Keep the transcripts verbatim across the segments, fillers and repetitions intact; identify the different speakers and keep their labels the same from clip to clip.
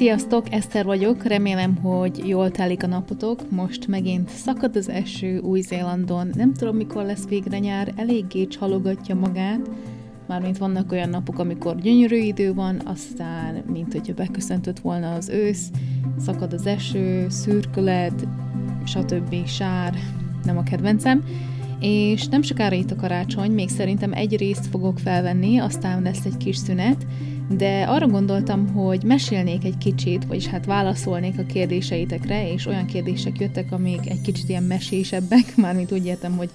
Speaker 1: Sziasztok, Eszter vagyok, remélem, hogy jól telik a napotok. Most megint szakad az eső Új-Zélandon, nem tudom mikor lesz végre nyár, eléggé csalogatja magát, mármint vannak olyan napok, amikor gyönyörű idő van, aztán, mint hogyha beköszöntött volna az ősz, szakad az eső, szürkület, stb. Sár, nem a kedvencem. És nem sokára itt a karácsony, még szerintem egy részt fogok felvenni, aztán lesz egy kis szünet, de arra gondoltam, hogy mesélnék egy kicsit, vagyis hát válaszolnék a kérdéseitekre, és olyan kérdések jöttek, amik egy kicsit ilyen mesésebbek, mármint úgy értem, hogy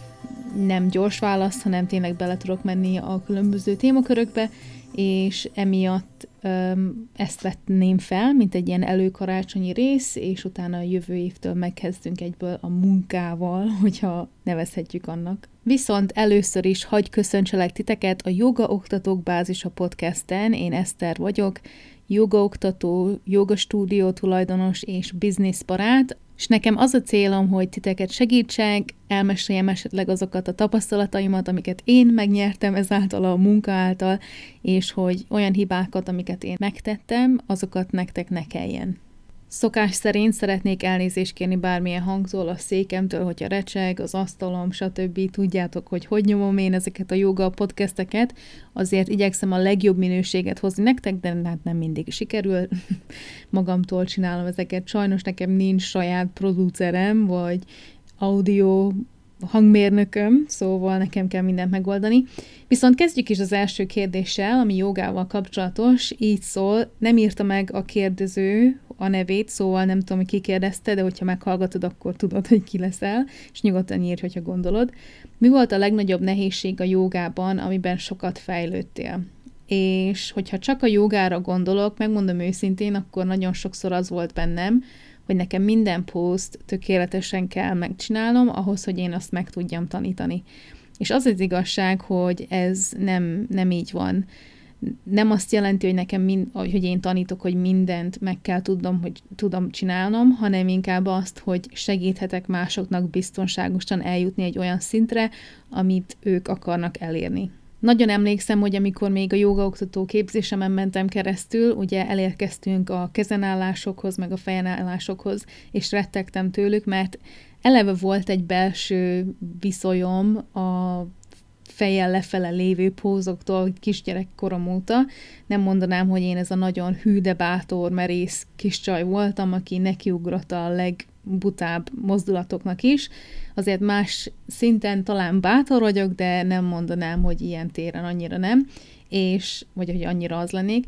Speaker 1: nem gyors válasz, hanem tényleg bele tudok menni a különböző témakörökbe, és emiatt öm, ezt vettném fel, mint egy ilyen előkarácsonyi rész, és utána a jövő évtől megkezdünk egyből a munkával, hogyha nevezhetjük annak. Viszont először is hagy köszöntselek titeket a Joga Oktatók Bázisa podcasten. Én Eszter vagyok, jogaoktató, jogastúdió tulajdonos és bizniszbarát, és nekem az a célom, hogy titeket segítsek, elmeséljem esetleg azokat a tapasztalataimat, amiket én megnyertem ezáltal a munka által, és hogy olyan hibákat, amiket én megtettem, azokat nektek ne kelljen. Szokás szerint szeretnék elnézést kérni bármilyen hangzól a székemtől, hogyha recseg, az asztalom, stb. Tudjátok, hogy hogy nyomom én ezeket a joga podcasteket, azért igyekszem a legjobb minőséget hozni nektek, de hát nem mindig sikerül. Magamtól csinálom ezeket. Sajnos nekem nincs saját producerem, vagy audio hangmérnököm, szóval nekem kell mindent megoldani. Viszont kezdjük is az első kérdéssel, ami jogával kapcsolatos, így szól, nem írta meg a kérdező a nevét, szóval nem tudom, hogy ki kérdezte, de hogyha meghallgatod, akkor tudod, hogy ki leszel, és nyugodtan írj, hogyha gondolod. Mi volt a legnagyobb nehézség a jogában, amiben sokat fejlődtél? És hogyha csak a jogára gondolok, megmondom őszintén, akkor nagyon sokszor az volt bennem, hogy nekem minden poszt tökéletesen kell megcsinálnom, ahhoz, hogy én azt meg tudjam tanítani. És az az igazság, hogy ez nem, nem így van. Nem azt jelenti, hogy nekem, mind, hogy én tanítok, hogy mindent meg kell tudnom, hogy tudom csinálnom, hanem inkább azt, hogy segíthetek másoknak biztonságosan eljutni egy olyan szintre, amit ők akarnak elérni. Nagyon emlékszem, hogy amikor még a jogaoktató képzésemen mentem keresztül, ugye elérkeztünk a kezenállásokhoz, meg a fejenállásokhoz, és rettegtem tőlük, mert eleve volt egy belső viszonyom a fejjel lefele lévő pózoktól kisgyerekkorom óta. Nem mondanám, hogy én ez a nagyon hű, de bátor, merész kis csaj voltam, aki nekiugrott a legbutább mozdulatoknak is. Azért más szinten talán bátor vagyok, de nem mondanám, hogy ilyen téren annyira nem, és, vagy hogy annyira az lennék,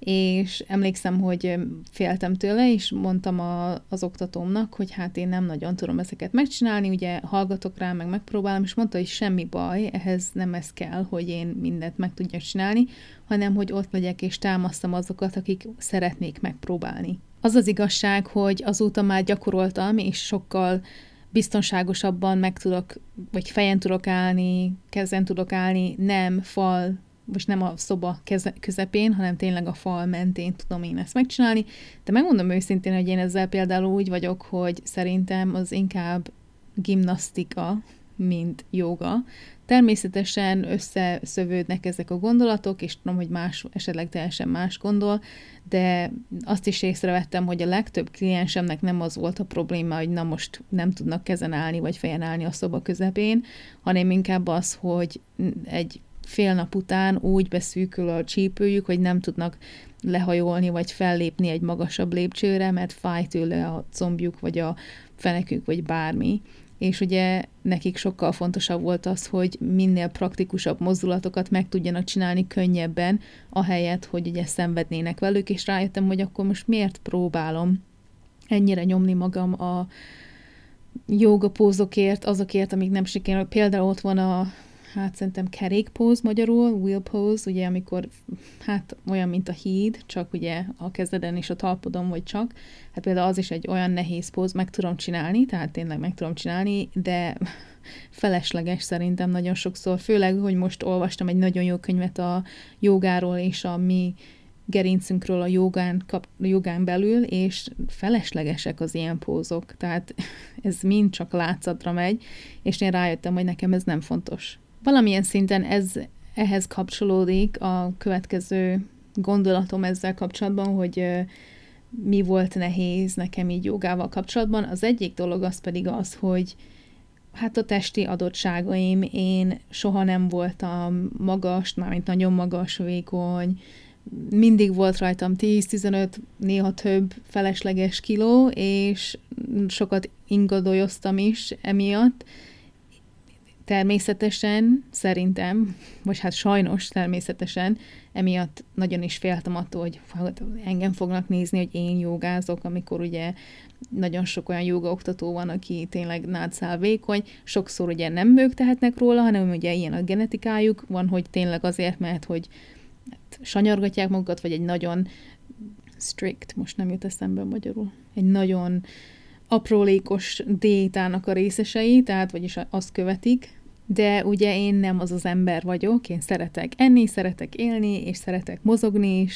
Speaker 1: és emlékszem, hogy féltem tőle, és mondtam a, az oktatómnak, hogy hát én nem nagyon tudom ezeket megcsinálni, ugye hallgatok rá, meg megpróbálom, és mondta, hogy semmi baj, ehhez nem ez kell, hogy én mindent meg tudjak csinálni, hanem hogy ott legyek, és támasztam azokat, akik szeretnék megpróbálni. Az az igazság, hogy azóta már gyakoroltam, és sokkal biztonságosabban meg tudok, vagy fejen tudok állni, kezen tudok állni, nem fal, most nem a szoba keze, közepén, hanem tényleg a fal mentén tudom én ezt megcsinálni, de megmondom őszintén, hogy én ezzel például úgy vagyok, hogy szerintem az inkább gimnasztika, mint joga. Természetesen összeszövődnek ezek a gondolatok, és tudom, hogy más, esetleg teljesen más gondol, de azt is észrevettem, hogy a legtöbb kliensemnek nem az volt a probléma, hogy na most nem tudnak kezen állni, vagy fejen állni a szoba közepén, hanem inkább az, hogy egy fél nap után úgy beszűkül a csípőjük, hogy nem tudnak lehajolni, vagy fellépni egy magasabb lépcsőre, mert fáj tőle a combjuk, vagy a fenekük, vagy bármi. És ugye nekik sokkal fontosabb volt az, hogy minél praktikusabb mozdulatokat meg tudjanak csinálni könnyebben, ahelyett, hogy ugye szenvednének velük, és rájöttem, hogy akkor most miért próbálom ennyire nyomni magam a jogapózokért, azokért, amik nem sikerül. Például ott van a hát szerintem kerékpóz magyarul, wheel pose, ugye amikor, hát olyan, mint a híd, csak ugye a kezeden és a talpodon vagy csak, hát például az is egy olyan nehéz póz, meg tudom csinálni, tehát tényleg meg tudom csinálni, de felesleges szerintem nagyon sokszor, főleg, hogy most olvastam egy nagyon jó könyvet a jogáról és a mi gerincünkről a jogán, kap, a jogán belül, és feleslegesek az ilyen pózok, tehát ez mind csak látszatra megy, és én rájöttem, hogy nekem ez nem fontos. Valamilyen szinten ez ehhez kapcsolódik a következő gondolatom ezzel kapcsolatban, hogy mi volt nehéz nekem így jogával kapcsolatban. Az egyik dolog az pedig az, hogy hát a testi adottságaim, én soha nem voltam magas, mármint nagyon magas, vékony, mindig volt rajtam tíz-tizenöt, néha több felesleges kiló, és sokat ingadolyoztam is emiatt. Természetesen, szerintem, vagy hát sajnos természetesen, emiatt nagyon is féltem attól, hogy engem fognak nézni, hogy én jogázok, amikor ugye nagyon sok olyan jogaoktató van, aki tényleg nátszál vékony. Sokszor ugye nem ők tehetnek róla, hanem ugye ilyen a genetikájuk van, hogy tényleg azért, mert hogy hát, sanyargatják magukat, vagy egy nagyon strict, most nem jut eszembe magyarul, egy nagyon aprólékos diétának a részesei, tehát vagyis azt követik, de ugye én nem az az ember vagyok, én szeretek enni, szeretek élni, és szeretek mozogni is,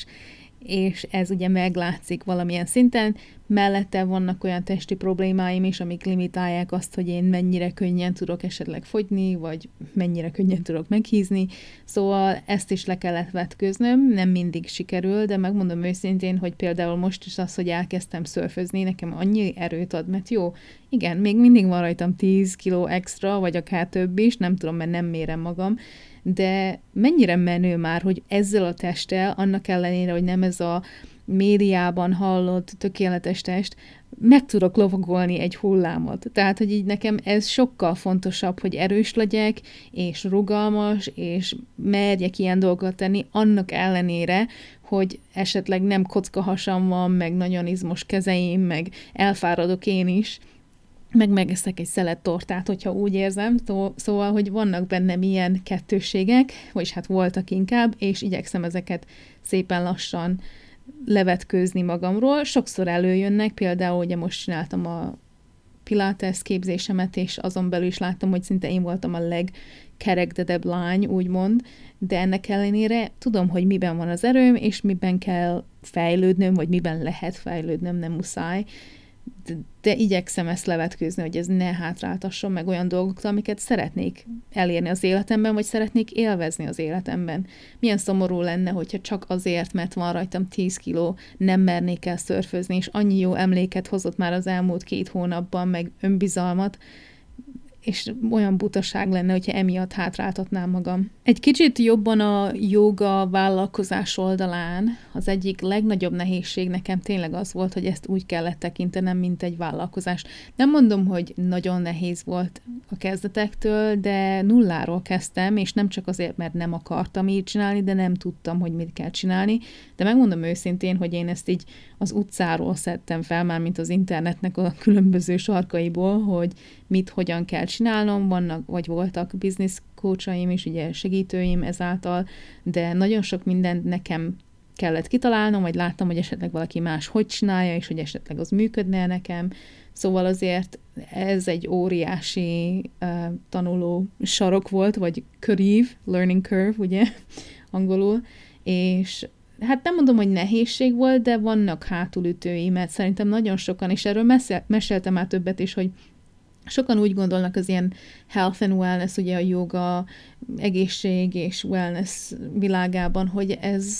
Speaker 1: és ez ugye meglátszik valamilyen szinten. Mellette vannak olyan testi problémáim is, amik limitálják azt, hogy én mennyire könnyen tudok esetleg fogyni, vagy mennyire könnyen tudok meghízni. Szóval ezt is le kellett vetköznöm, nem mindig sikerül, de megmondom őszintén, hogy például most is az, hogy elkezdtem szörfözni, nekem annyi erőt ad, mert jó, igen, még mindig van rajtam tíz kiló extra, vagy akár több is, nem tudom, mert nem mérem magam, de mennyire menő már, hogy ezzel a testtel, annak ellenére, hogy nem ez a médiában hallott tökéletes test, meg tudok lovagolni egy hullámot. Tehát, hogy így nekem ez sokkal fontosabb, hogy erős legyek, és rugalmas, és merjek ilyen dolgot tenni, annak ellenére, hogy esetleg nem kockahasam van, meg nagyon izmos kezeim, meg elfáradok én is, meg megeszek egy szelet tortát, hogyha úgy érzem, szóval, hogy vannak bennem ilyen kettősségek, vagyis hát voltak inkább, és igyekszem ezeket szépen lassan levetkőzni magamról. Sokszor előjönnek, például ugye most csináltam a Pilates képzésemet, és azon belül is láttam, hogy szinte én voltam a legkerekdedebb lány, úgymond, de ennek ellenére tudom, hogy miben van az erőm, és miben kell fejlődnöm, vagy miben lehet fejlődnöm, nem muszáj. De, de igyekszem ezt levetkőzni, hogy ez ne hátráltasson meg olyan dolgoktól, amiket szeretnék elérni az életemben, vagy szeretnék élvezni az életemben. Milyen szomorú lenne, hogyha csak azért, mert van rajtam tíz kiló, nem mernék el szörfözni, és annyi jó emléket hozott már az elmúlt két hónapban, meg önbizalmat, és olyan butaság lenne, hogyha emiatt hátráltatnám magam. Egy kicsit jobban a jóga vállalkozás oldalán az egyik legnagyobb nehézség nekem tényleg az volt, hogy ezt úgy kellett tekintenem, mint egy vállalkozást. Nem mondom, hogy nagyon nehéz volt a kezdetektől, de nulláról kezdtem, és nem csak azért, mert nem akartam így csinálni, de nem tudtam, hogy mit kell csinálni. De megmondom őszintén, hogy én ezt így az utcáról szedtem fel, már mint az internetnek a különböző sarkaiból, hogy mit, hogyan kell csinálnom, vannak, vagy voltak business coachaim is, ugye segítőim ezáltal, de nagyon sok mindent nekem kellett kitalálnom, vagy láttam, hogy esetleg valaki más hogy csinálja, és hogy esetleg az működne nekem. Szóval azért ez egy óriási uh, tanuló sarok volt, vagy körív, learning curve, ugye, angolul, és hát nem mondom, hogy nehézség volt, de vannak hátulütői, mert szerintem nagyon sokan, és erről mesél, meséltem már többet is, hogy sokan úgy gondolnak az ilyen health and wellness, ugye a joga, egészség és wellness világában, hogy ez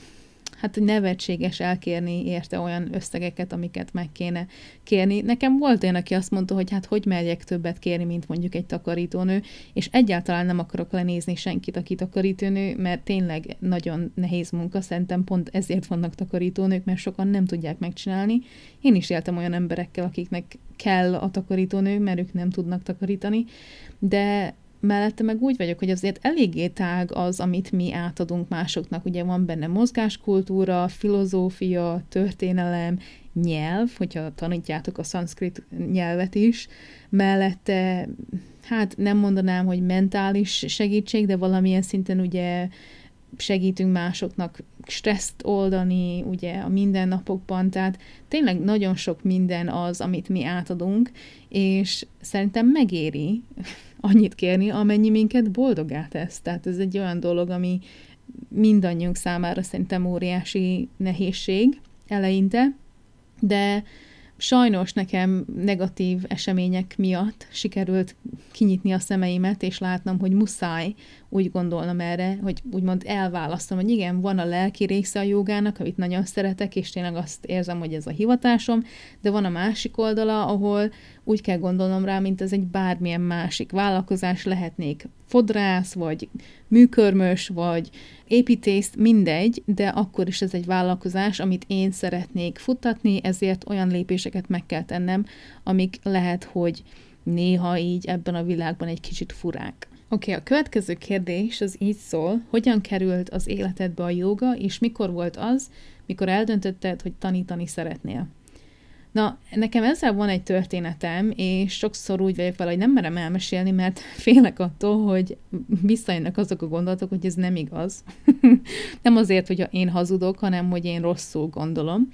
Speaker 1: hát nevetséges elkérni érte olyan összegeket, amiket meg kéne kérni. Nekem volt olyan, aki azt mondta, hogy hát hogy merjek többet kérni, mint mondjuk egy takarítónő, és egyáltalán nem akarok lenézni senkit, aki takarítónő, mert tényleg nagyon nehéz munka, szerintem pont ezért vannak takarítónők, mert sokan nem tudják megcsinálni. Én is éltem olyan emberekkel, akiknek kell a takarítónő, mert ők nem tudnak takarítani, de mellette meg úgy vagyok, hogy azért eléggé tág az, amit mi átadunk másoknak. Ugye van benne mozgáskultúra, filozófia, történelem, nyelv, hogyha tanítjátok a szanszkrit nyelvet is. Mellette, hát nem mondanám, hogy mentális segítség, de valamilyen szinten ugye segítünk másoknak stresszt oldani, ugye a mindennapokban, tehát tényleg nagyon sok minden az, amit mi átadunk, és szerintem megéri annyit kérni, amennyi minket boldoggá tesz. Tehát ez egy olyan dolog, ami mindannyiunk számára szerintem óriási nehézség eleinte, de Sajnos nekem negatív események miatt sikerült kinyitni a szemeimet, és látnom, hogy muszáj úgy gondolnom erre, hogy úgymond elválasztom, hogy igen, van a lelki része a jogának, amit nagyon szeretek, és tényleg azt érzem, hogy ez a hivatásom, de van a másik oldala, ahol úgy kell gondolnom rá, mint ez egy bármilyen másik vállalkozás, lehetnék fodrász, vagy műkörmös, vagy építész, mindegy, de akkor is ez egy vállalkozás, amit én szeretnék futtatni, ezért olyan lépéseket meg kell tennem, amik lehet, hogy néha így ebben a világban egy kicsit furák. Oké, okay, a következő kérdés az így szól, hogyan került az életedbe a jóga, és mikor volt az, mikor eldöntötted, hogy tanítani szeretnél? Na, nekem ezzel van egy történetem, és sokszor úgy vagyok vele, hogy nem merem elmesélni, mert félek attól, hogy visszajönnek azok a gondolatok, hogy ez nem igaz. Nem azért, hogy én hazudok, hanem hogy én rosszul gondolom.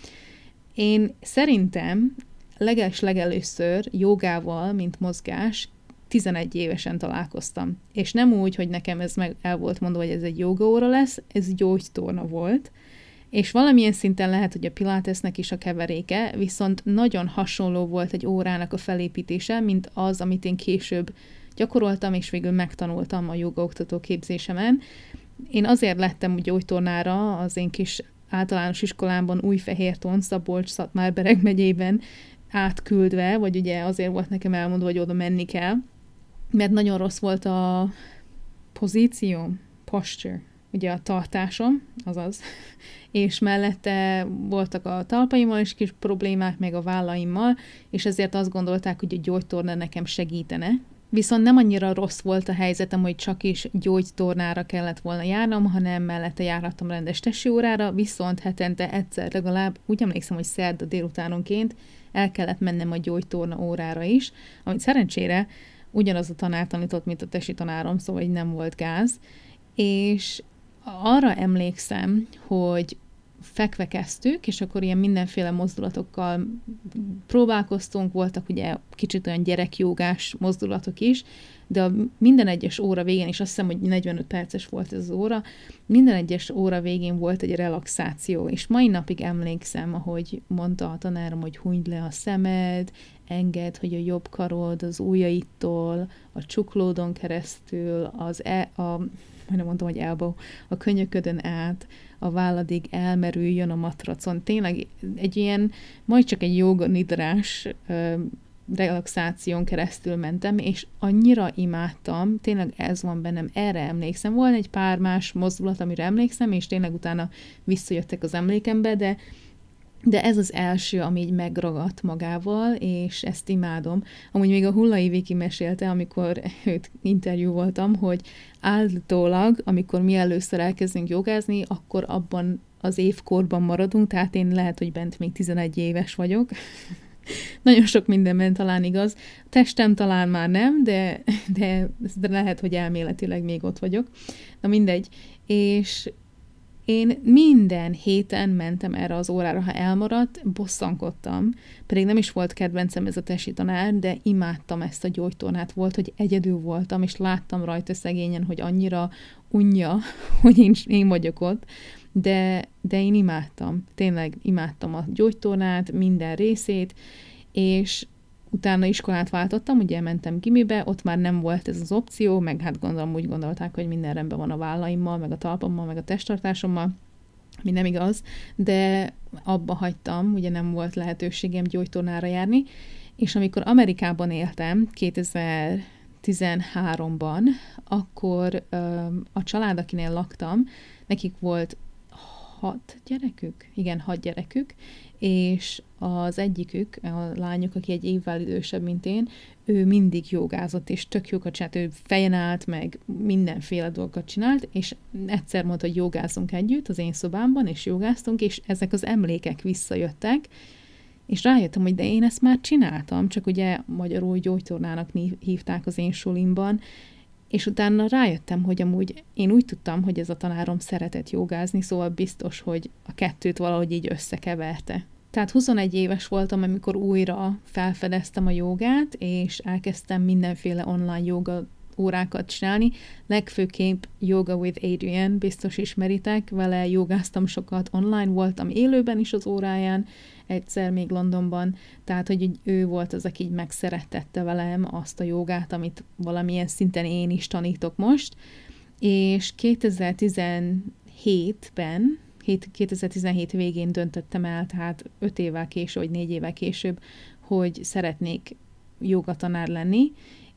Speaker 1: Én szerintem leges legelőször jogával, mint mozgás, tizenegy évesen találkoztam. És nem úgy, hogy nekem ez meg el volt mondva, hogy ez egy jogaóra lesz, ez gyógytorna volt. És valamilyen szinten lehet, hogy a Pilatesnek is a keveréke, viszont nagyon hasonló volt egy órának a felépítése, mint az, amit én később gyakoroltam, és végül megtanultam a jogaoktató képzésemen. Én azért lettem gyógytornára az én kis általános iskolámban Újfehérton, Szabolcs-Szatmár-Bereg megyében átküldve, vagy ugye azért volt nekem elmondva, hogy oda menni kell, mert nagyon rossz volt a pozíció, posture, ugye a tartásom, azaz, és mellette voltak a talpaimmal is kis problémák, meg a vállaimmal, és ezért azt gondolták, hogy a gyógytorna nekem segítene. Viszont nem annyira rossz volt a helyzetem, hogy csak is gyógytornára kellett volna járnom, hanem mellette járhattam rendes testi órára, viszont hetente egyszer legalább, úgy emlékszem, hogy szerda délutánonként el kellett mennem a gyógytorna órára is, amit szerencsére ugyanaz a tanár tanított, mint a testi tanárom, szóval így nem volt gáz, és arra emlékszem, hogy fekve kezdtük, és akkor ilyen mindenféle mozdulatokkal próbálkoztunk, voltak ugye kicsit olyan gyerekjogás mozdulatok is, de a minden egyes óra végén, és azt hiszem, hogy negyvenöt perces volt ez az óra, minden egyes óra végén volt egy relaxáció, és mai napig emlékszem, ahogy mondta a tanárom, hogy hunyd le a szemed, engedd, hogy a jobb karod az ujjaitól, a csuklódon keresztül, az e, a majdnem mondtam, hogy elbow, a könyöködön át, a válladig elmerüljön a matracon. Tényleg egy ilyen, majd csak egy jóga nidrás ö, relaxáción keresztül mentem, és annyira imádtam, tényleg ez van bennem, erre emlékszem. Volt egy pár más mozdulat, amire emlékszem, és tényleg utána visszajöttek az emlékembe, de De ez az első, ami így megragadt magával, és ezt imádom. Amúgy még a Hullai Viki mesélte, amikor őt interjú voltam, hogy állítólag, amikor mi először elkezdünk jogázni, akkor abban az évkorban maradunk, tehát én lehet, hogy bent még tizenegy éves vagyok. Nagyon sok mindenben talán igaz. A testem talán már nem, de, de, de lehet, hogy elméletileg még ott vagyok. Na mindegy. És én minden héten mentem erre az órára, ha elmaradt, bosszankodtam, pedig nem is volt kedvencem ez a testi tanár, de imádtam ezt a gyógytornát. Volt, hogy egyedül voltam, és láttam rajta szegényen, hogy annyira unja, hogy én, én vagyok ott, de, de én imádtam, tényleg imádtam a gyógytornát, minden részét, és utána iskolát váltottam, ugye mentem gimibe, ott már nem volt ez az opció, meg hát gondolom úgy gondolták, hogy minden rendben van a vállaimmal, meg a talpammal, meg a testtartásommal, ami nem igaz, de abba hagytam, ugye nem volt lehetőségem gyógytornára járni, és amikor Amerikában éltem, kétezer-tizenháromban, akkor öm, a család, akinél laktam, nekik volt hat gyerekük? Igen, hat gyerekük, és az egyikük, a lányuk, aki egy évvel idősebb, mint én, ő mindig jogázott, és tök jókat csinált, ő fejen állt, meg mindenféle dolgokat csinált, és egyszer mondta, hogy jogázunk együtt az én szobámban, és jogáztunk, és ezek az emlékek visszajöttek, és rájöttem, hogy de én ezt már csináltam, csak ugye magyarul gyógytornának hívták az én sulimban, és utána rájöttem, hogy amúgy én úgy tudtam, hogy ez a tanárom szeretett jogázni, szóval biztos, hogy a kettőt valahogy így összekeverte. Tehát huszonegy éves voltam, amikor újra felfedeztem a jogát, és elkezdtem mindenféle online joga órákat csinálni, legfőképp Yoga with Adriene, biztos ismeritek, vele jogáztam sokat, online voltam élőben is az óráján, egyszer még Londonban, tehát, hogy ő volt az, aki így megszerettette velem azt a jogát, amit valamilyen szinten én is tanítok most, és kétezer-tizenhétben, kétezer-tizenhét végén döntöttem el, tehát öt évvel később, vagy négy évvel később, hogy szeretnék jogatanár lenni,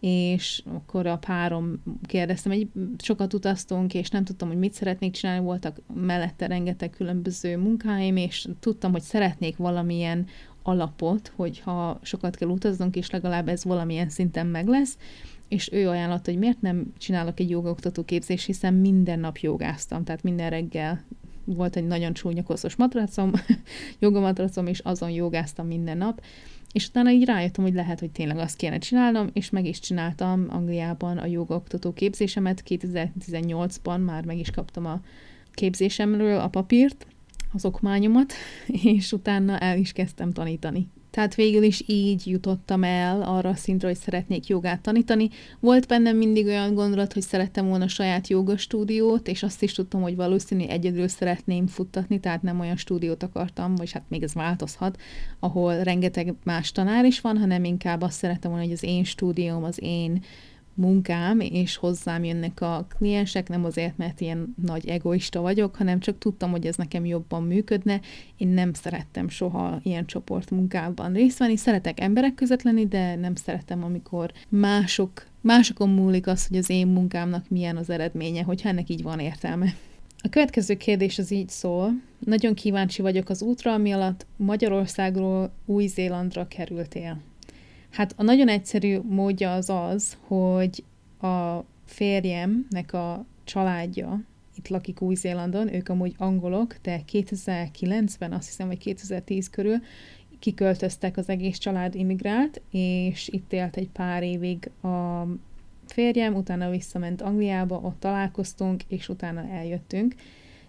Speaker 1: és akkor a párom kérdeztem, hogy sokat utaztunk, és nem tudtam, hogy mit szeretnék csinálni, voltak mellette rengeteg különböző munkáim, és tudtam, hogy szeretnék valamilyen alapot, hogyha sokat kell utaznunk, és legalább ez valamilyen szinten meg lesz, és ő ajánlott, hogy miért nem csinálok egy jogaoktató képzést, hiszen minden nap jogáztam, tehát minden reggel volt egy nagyon csúnya koszos matracom, jogamatracom, és azon jogáztam minden nap, és utána így rájöttem, hogy lehet, hogy tényleg azt kéne csinálnom, és meg is csináltam Angliában a jogaoktató képzésemet, kétezer-tizennyolcban már meg is kaptam a képzésemről a papírt, az okmányomat, és utána el is kezdtem tanítani. Tehát végül is így jutottam el arra a szintre, hogy szeretnék jogát tanítani. Volt bennem mindig olyan gondolat, hogy szerettem volna saját joga stúdiót, és azt is tudtam, hogy valószínű egyedül szeretném futtatni, tehát nem olyan stúdiót akartam, vagy hát még ez változhat, ahol rengeteg más tanár is van, hanem inkább azt szerettem volna, hogy az én stúdióm, az én munkám, és hozzám jönnek a kliensek, nem azért, mert ilyen nagy egoista vagyok, hanem csak tudtam, hogy ez nekem jobban működne. Én nem szerettem soha ilyen csoportmunkában részt venni. Szeretek emberek között lenni, de nem szeretem, amikor mások, másokon múlik az, hogy az én munkámnak milyen az eredménye, hogyha ennek így van értelme. A következő kérdés az így szól. Nagyon kíváncsi vagyok az útra, ami alatt Magyarországról Új-Zélandra kerültél. Hát a nagyon egyszerű módja az az, hogy a férjemnek a családja itt lakik Új-Zélandon, ők amúgy angolok, de kétezer-kilencben, azt hiszem, vagy kétezer-tíz körül kiköltöztek, az egész család immigrált, és itt élt egy pár évig a férjem, utána visszament Angliába, ott találkoztunk, és utána eljöttünk.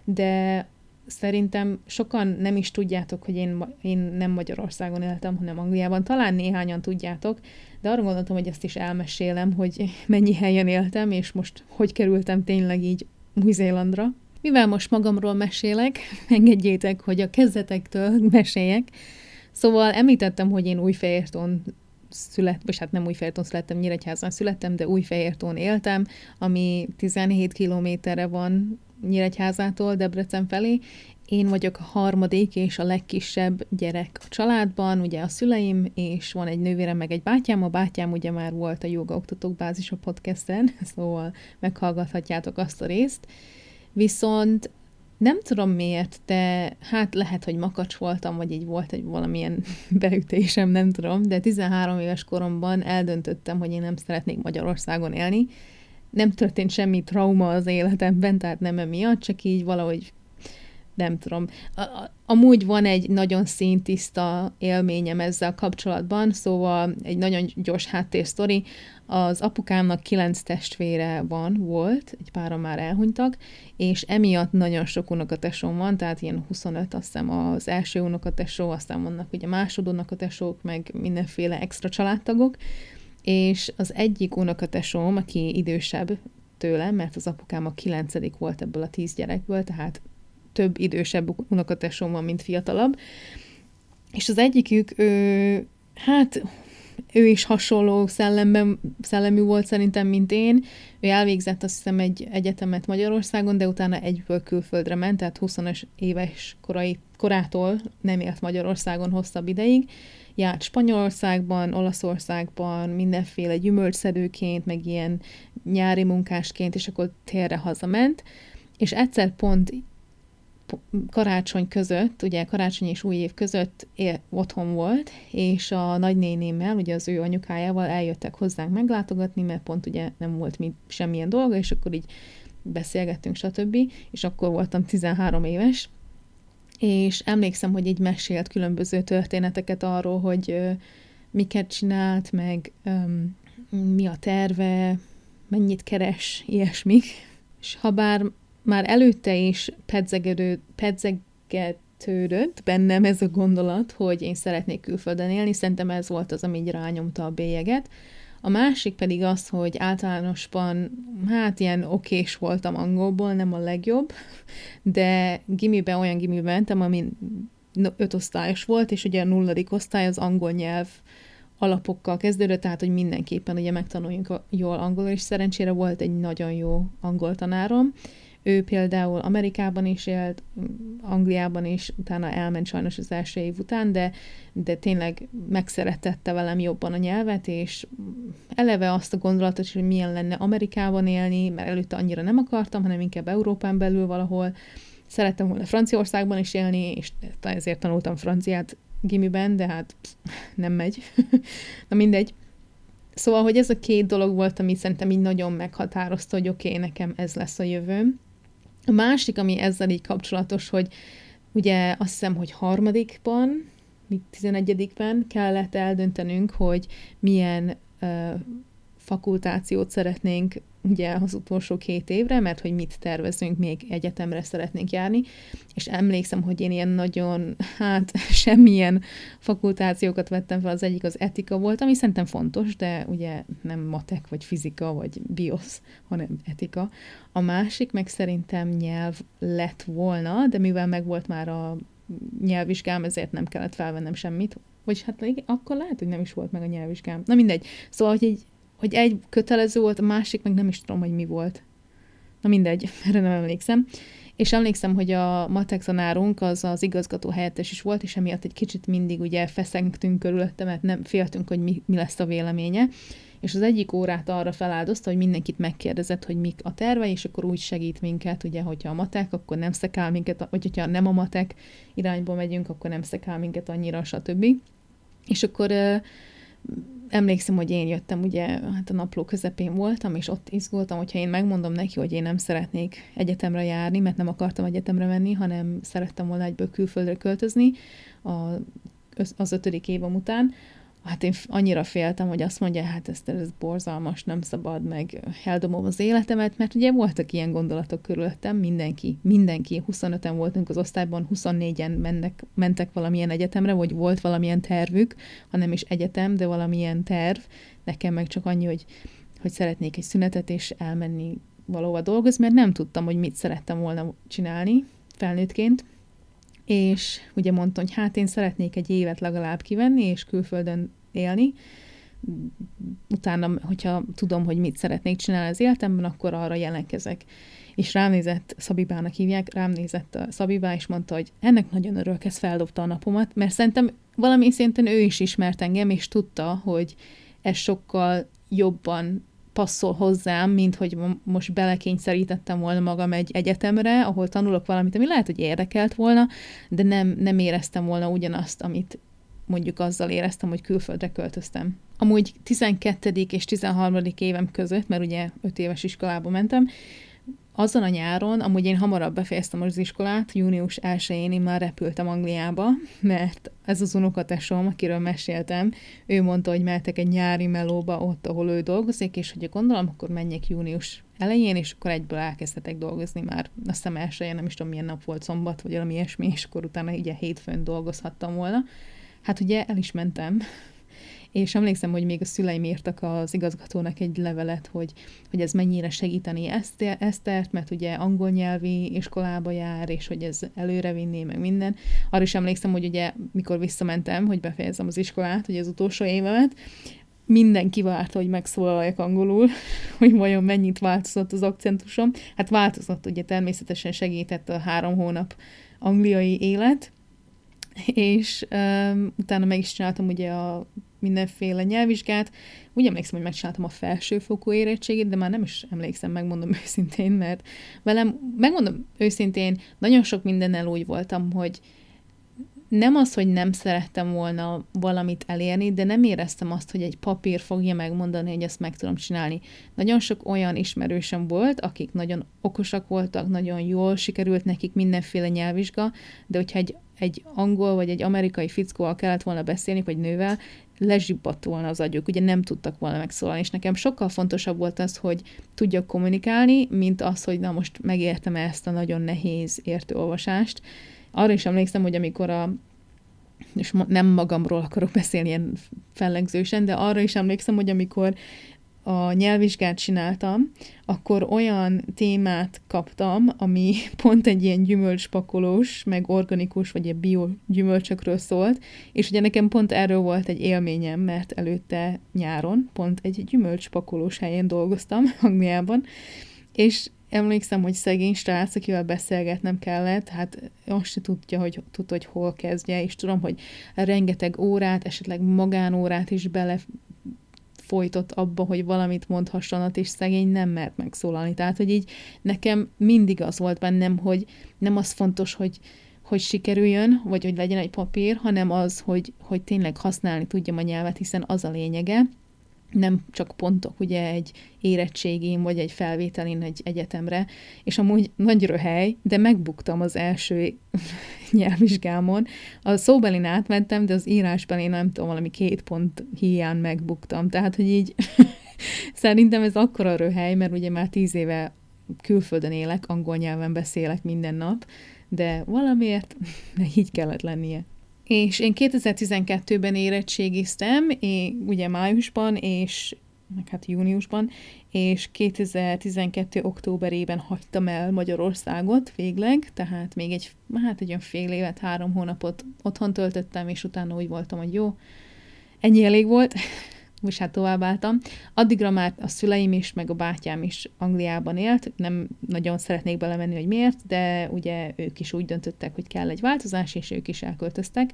Speaker 1: De szerintem sokan nem is tudjátok, hogy én, én nem Magyarországon éltem, hanem Angliában. Talán néhányan tudjátok, de arra gondoltam, hogy ezt is elmesélem, hogy mennyi helyen éltem, és most hogy kerültem tényleg így Új-Zélandra. Mivel most magamról mesélek, engedjétek, hogy a kezdetektől meséljek. Szóval említettem, hogy én Újfehértón születtem, vagy hát nem Újfehértón születtem, Nyíregyházán születtem, de Újfehértón éltem, ami tizenhét kilométerre van Nyíregyházától Debrecen felé. Én vagyok a harmadik és a legkisebb gyerek a családban, ugye a szüleim, és van egy nővérem, meg egy bátyám. A bátyám ugye már volt a Jogaoktatók Bázisa podcasten, szóval meghallgathatjátok azt a részt. Viszont nem tudom miért, de hát lehet, hogy makacs voltam, vagy így volt egy valamilyen beütésem, nem tudom, de tizenhárom éves koromban eldöntöttem, hogy én nem szeretnék Magyarországon élni. Nem történt semmi trauma az életemben, tehát nem emiatt, csak így valahogy nem tudom. Amúgy van egy nagyon színtiszta élményem ezzel kapcsolatban, szóval egy nagyon gyors háttérsztori. Az apukámnak kilenc testvére van, volt, egy páran már elhunytak, és emiatt nagyon sok unokatesóm van, tehát ilyen huszonöt, azt hiszem az első unokatesó, aztán vannak ugye másodunokatesók, meg mindenféle extra családtagok, és az egyik unokatesóm, aki idősebb tőlem, mert az apukám a kilencedik volt ebből a tíz gyerekből, tehát több idősebb unokatesóm van, mint fiatalabb. És az egyikük, ő, hát ő is hasonló szellemben, szellemű volt szerintem, mint én. Ő elvégzett azt hiszem egy egyetemet Magyarországon, de utána egyből külföldre ment, tehát húsz éves korai, korától nem élt Magyarországon hosszabb ideig. Járt Spanyolországban, Olaszországban, mindenféle gyümölcsszedőként, meg ilyen nyári munkásként, és akkor térre hazament. És egyszer pont karácsony között, ugye karácsony és új év között él, otthon volt, és a nagynénémmel, ugye az ő anyukájával eljöttek hozzánk meglátogatni, mert pont ugye nem volt mi semmilyen dolga, és akkor így beszélgettünk, stb. És akkor voltam tizenhárom éves, és emlékszem, hogy így mesélt különböző történeteket arról, hogy ö, miket csinált, meg ö, mi a terve, mennyit keres, ilyesmik. És ha bár már előtte is pedzegetődött bennem ez a gondolat, hogy én szeretnék külföldön élni, szerintem ez volt az, ami így rányomta a bélyeget. A másik pedig az, hogy általánosban, hát ilyen okés voltam angolból, nem a legjobb, de gimiben, olyan gimiben mentem, ami öt osztályos volt, és ugye a nulladik osztály az angol nyelv alapokkal kezdődött, tehát, hogy mindenképpen ugye megtanuljunk jól angolul, és szerencsére volt egy nagyon jó angol tanárom. Ő például Amerikában is élt, Angliában is, utána elment sajnos az első év után, de, de tényleg megszeretette velem jobban a nyelvet, és eleve azt a gondolatot is, hogy milyen lenne Amerikában élni, mert előtte annyira nem akartam, hanem inkább Európán belül valahol. Szerettem volna Franciaországban is élni, és ezért tanultam franciát gimiben, de hát pff, nem megy. Na mindegy. Szóval, hogy ez a két dolog volt, ami szerintem így nagyon meghatározta, hogy oké, okay, nekem ez lesz a jövőm. A másik, ami ezzel így kapcsolatos, hogy ugye azt hiszem, hogy harmadikban, tizenegyedikben kellett eldöntenünk, hogy milyen uh, fakultációt szeretnénk ugye az utolsó két évre, mert hogy mit tervezünk, még egyetemre szeretnénk járni, és emlékszem, hogy én ilyen nagyon, hát semmilyen fakultációkat vettem fel, az egyik az etika volt, ami szerintem fontos, de ugye nem matek, vagy fizika, vagy biosz, hanem etika. A másik meg szerintem nyelv lett volna, de mivel meg volt már a nyelvvizsgám, ezért nem kellett felvennem semmit, vagy hát akkor lehet, hogy nem is volt meg a nyelvvizsgám. Na mindegy. Szóval, hogy egy hogy egy kötelező volt, a másik meg nem is tudom, hogy mi volt. Na mindegy, erre nem emlékszem. És emlékszem, hogy a matek tanárunk az az igazgató helyettes is volt, és emiatt egy kicsit mindig ugye feszengtünk körülötte, mert nem féltünk, hogy mi, mi lesz a véleménye. És az egyik órát arra feláldozta, hogy mindenkit megkérdezett, hogy mik a terve, és akkor úgy segít minket, ugye, hogyha a matek, akkor nem szekál minket, vagy hogyha nem a matek irányból megyünk, akkor nem szekál minket annyira, stb. És akkor emlékszem, hogy én jöttem, ugye, hát a napló közepén voltam, és ott izgultam, hogyha én megmondom neki, hogy én nem szeretnék egyetemre járni, mert nem akartam egyetemre menni, hanem szerettem volna egyből külföldre költözni a, az ötödik évam után. Hát én annyira féltem, hogy azt mondja, hát ez, ez borzalmas, nem szabad, meg eldobom az életemet, mert ugye voltak ilyen gondolatok körülöttem, mindenki, mindenki, huszonöten voltunk az osztályban, huszonnégyen mennek, mentek valamilyen egyetemre, vagy volt valamilyen tervük, ha nem is egyetem, de valamilyen terv. Nekem meg csak annyi, hogy, hogy szeretnék egy szünetet, és elmenni valahova dolgozni, mert nem tudtam, hogy mit szerettem volna csinálni felnőttként. És ugye mondtam, hogy hát én szeretnék egy évet legalább kivenni, és külföldön élni. Utána, hogyha tudom, hogy mit szeretnék csinálni az életemben, akkor arra jelentkezek. És rám nézett, Szabibának hívják, rám nézett a Szabibá, és mondta, hogy ennek nagyon örülök, ez feldobta a napomat, mert szerintem valami szinten ő is ismert engem, és tudta, hogy ez sokkal jobban passzol hozzám, mint hogy most belekényszerítettem volna magam egy egyetemre, ahol tanulok valamit, ami lehet, hogy érdekelt volna, de nem, nem éreztem volna ugyanazt, amit mondjuk azzal éreztem, hogy külföldre költöztem. Amúgy tizenkettedik és tizenharmadik évem között, mert ugye öt éves iskolába mentem, azon a nyáron, amúgy én hamarabb befejeztem az iskolát, június elsején én már repültem Angliába, mert ez az unokatesom, akiről meséltem, ő mondta, hogy mehetek egy nyári melóba ott, ahol ő dolgozik, és hogyha gondolom, akkor menjek június elején, és akkor egyből elkezdhetek dolgozni már. Azt hiszem elsőjén, nem is tudom, milyen nap volt, szombat, vagy valami ilyesmi, és akkor utána ugye hétfőn dolgozhattam volna. Hát ugye el is mentem. És emlékszem, hogy még a szüleim írtak az igazgatónak egy levelet, hogy, hogy ez mennyire segíteni Esztert, mert ugye angol nyelvi iskolába jár, és hogy ez előrevinné, meg minden. Arra is emlékszem, hogy ugye mikor visszamentem, hogy befejezem az iskolát, hogy az utolsó évemet, mindenki várta, hogy megszólaljak angolul, hogy vajon mennyit változott az akcentusom. Hát változott, ugye természetesen segített a három hónap angliai élet, és um, utána meg is csináltam ugye a mindenféle nyelvvizsgát. Úgy emlékszem, hogy megcsináltam a felsőfokú érettségét, de már nem is emlékszem, megmondom őszintén, mert velem, megmondom őszintén, nagyon sok mindennel úgy voltam, hogy nem az, hogy nem szerettem volna valamit elérni, de nem éreztem azt, hogy egy papír fogja megmondani, hogy ezt meg tudom csinálni. Nagyon sok olyan ismerősöm volt, akik nagyon okosak voltak, nagyon jól sikerült nekik mindenféle nyelvvizsga, de hogyha egy, egy angol vagy egy amerikai fickóval kellett volna beszélni, vagy nővel, lezsibbadt volna az agyuk, ugye nem tudtak volna megszólalni, és nekem sokkal fontosabb volt az, hogy tudjak kommunikálni, mint az, hogy na most megértem ezt a nagyon nehéz értőolvasást. Arra is emlékszem, hogy amikor a és nem magamról akarok beszélni ilyen fellegzősen, de arra is emlékszem, hogy amikor a nyelvvizsgát csináltam, akkor olyan témát kaptam, ami pont egy ilyen gyümölcspakolós, meg organikus, vagy egy bio gyümölcsökről szólt, és ugye nekem pont erről volt egy élményem, mert előtte nyáron pont egy gyümölcspakolós helyen dolgoztam Angliában, és emlékszem, hogy szegény srác, akivel beszélgetnem kellett, hát azt se tudja, hogy, tudta, hogy hol kezdje, és tudom, hogy rengeteg órát, esetleg magánórát is bele folytott abba, hogy valamit mondhassanak, és szegény nem mert megszólalni. Tehát, hogy így nekem mindig az volt bennem, hogy nem az fontos, hogy, hogy sikerüljön, vagy hogy legyen egy papír, hanem az, hogy, hogy tényleg használni tudjam a nyelvet, hiszen az a lényege, nem csak pontok, ugye egy érettségén, vagy egy felvételén egy egyetemre, és amúgy nagy röhely, de megbuktam az első nyelvvizsgámon. A szóbelin átmentem, de az írásbelin nem tudom, valami két pont hiány megbuktam. Tehát, hogy így szerintem ez akkora röhely, mert ugye már tíz éve külföldön élek, angol nyelven beszélek minden nap, de valamiért így kellett lennie. És én kétezer-tizenkettőben érettségiztem, én, ugye májusban, és meg hát júniusban, és kétezer-tizenkettő októberében hagytam el Magyarországot végleg, tehát még egy, hát egy olyan fél évet, három hónapot otthon töltöttem, és utána úgy voltam, hogy jó, ennyi elég volt, most hát továbbálltam. Addigra már a szüleim is, meg a bátyám is Angliában élt, nem nagyon szeretnék belemenni, hogy miért, de ugye ők is úgy döntöttek, hogy kell egy változás, és ők is elköltöztek,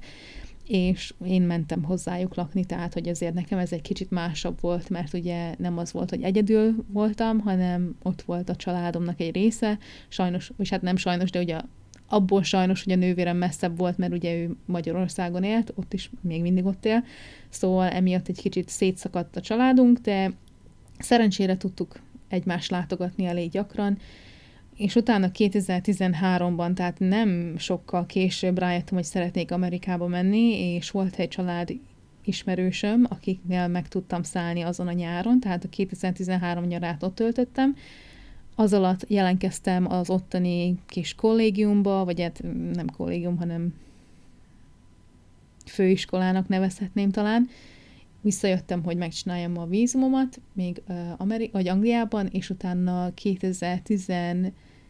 Speaker 1: és én mentem hozzájuk lakni, tehát hogy azért nekem ez egy kicsit másabb volt, mert ugye nem az volt, hogy egyedül voltam, hanem ott volt a családomnak egy része, sajnos, és hát nem sajnos, de ugye abból sajnos, hogy a nővérem messzebb volt, mert ugye ő Magyarországon élt, ott is még mindig ott él, szóval emiatt egy kicsit szétszakadt a családunk, de szerencsére tudtuk egymást látogatni elég gyakran, és utána kétezer-tizenháromban, tehát nem sokkal később rájöttem, hogy szeretnék Amerikába menni, és volt egy család ismerősöm, akiknél meg tudtam szállni azon a nyáron, tehát a kétezer-tizenhárom nyarát ott töltöttem. Az alatt jelentkeztem az ottani kis kollégiumba, vagy hát nem kollégium, hanem főiskolának nevezhetném talán. Visszajöttem, hogy megcsináljam a vízumomat, még uh, Ameri- vagy Angliában, és utána kétezer-tizennégy,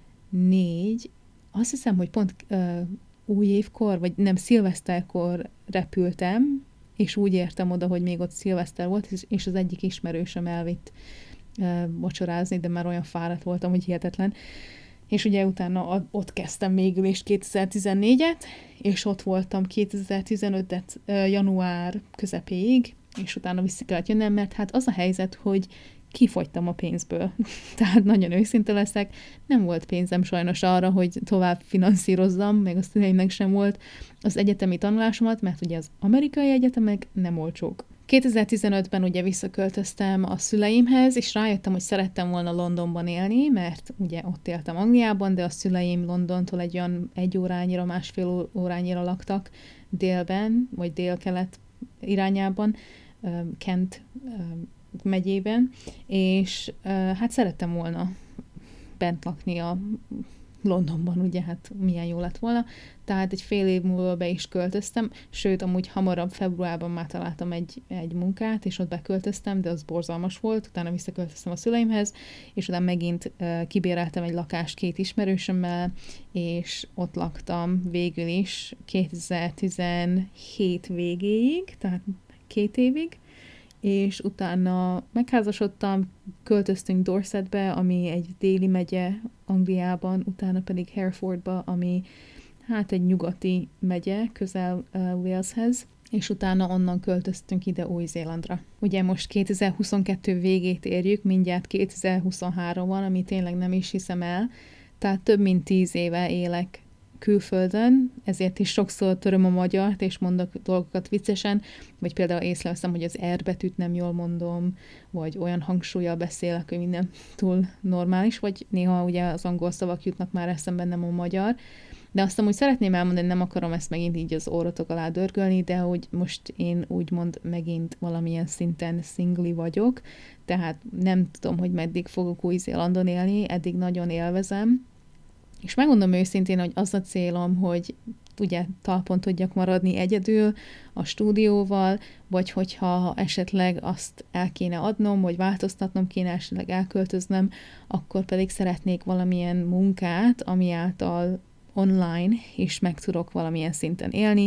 Speaker 1: azt hiszem, hogy pont uh, új évkor, vagy nem, szilveszterkor repültem, és úgy értem oda, hogy még ott szilveszter volt, és az egyik ismerősöm elvitt uh, vacsorázni, de már olyan fáradt voltam, hogy hihetetlen. És ugye utána ott kezdtem végül is kétezer-tizennégyet, és ott voltam kétezer-tizenöt január közepéig, és utána vissza kellett jönnem, mert hát az a helyzet, hogy kifogytam a pénzből. Tehát nagyon őszinte leszek, nem volt pénzem sajnos arra, hogy tovább finanszírozzam, meg a szüleimnek sem volt az egyetemi tanulásomat, mert ugye az amerikai egyetemek nem olcsók. kétezer-tizenötben ugye visszaköltöztem a szüleimhez, és rájöttem, hogy szerettem volna Londonban élni, mert ugye ott éltem Angliában, de a szüleim Londontól egy olyan egy órányira, másfél órányira laktak délben, vagy délkelet irányában, Kent megyében, és hát szerettem volna bent lakni a Londonban, ugye, hát milyen jó lett volna. Tehát egy fél év múlva be is költöztem, sőt, amúgy hamarabb, februárban már találtam egy, egy munkát, és ott beköltöztem, de az borzalmas volt, utána visszaköltöztem a szüleimhez, és utána megint uh, kibéreltem egy lakást két ismerősömmel, és ott laktam végül is kétezer-tizenhét végéig, tehát két évig, és utána megházasodtam, költöztünk Dorsetbe, ami egy déli megye Angliában, utána pedig Herefordba, ami hát egy nyugati megye, közel uh, Waleshez, és utána onnan költöztünk ide Új-Zélandra. Ugye most kétezer-huszonkettő végét érjük, mindjárt kétezer-huszonhárom van, ami tényleg nem is hiszem el, tehát több mint tíz éve élek külföldön, ezért is sokszor töröm a magyart, és mondok dolgokat viccesen, vagy például észreveszem, hogy az R betűt nem jól mondom, vagy olyan hangsúllyal beszélek, hogy minden túl normális, vagy néha ugye az angol szavak jutnak már eszembe, nem a magyar. De azt amúgy szeretném elmondani, nem akarom ezt megint így az órotok alá dörgölni, de hogy most én úgymond megint valamilyen szinten szingli vagyok, tehát nem tudom, hogy meddig fogok Új-Zélandon élni, eddig nagyon élvezem, és megmondom őszintén, hogy az a célom, hogy ugye talpon tudjak maradni egyedül a stúdióval, vagy hogyha esetleg azt el kéne adnom, vagy változtatnom kéne, esetleg elköltöznöm, akkor pedig szeretnék valamilyen munkát, ami által online is meg tudok valamilyen szinten élni,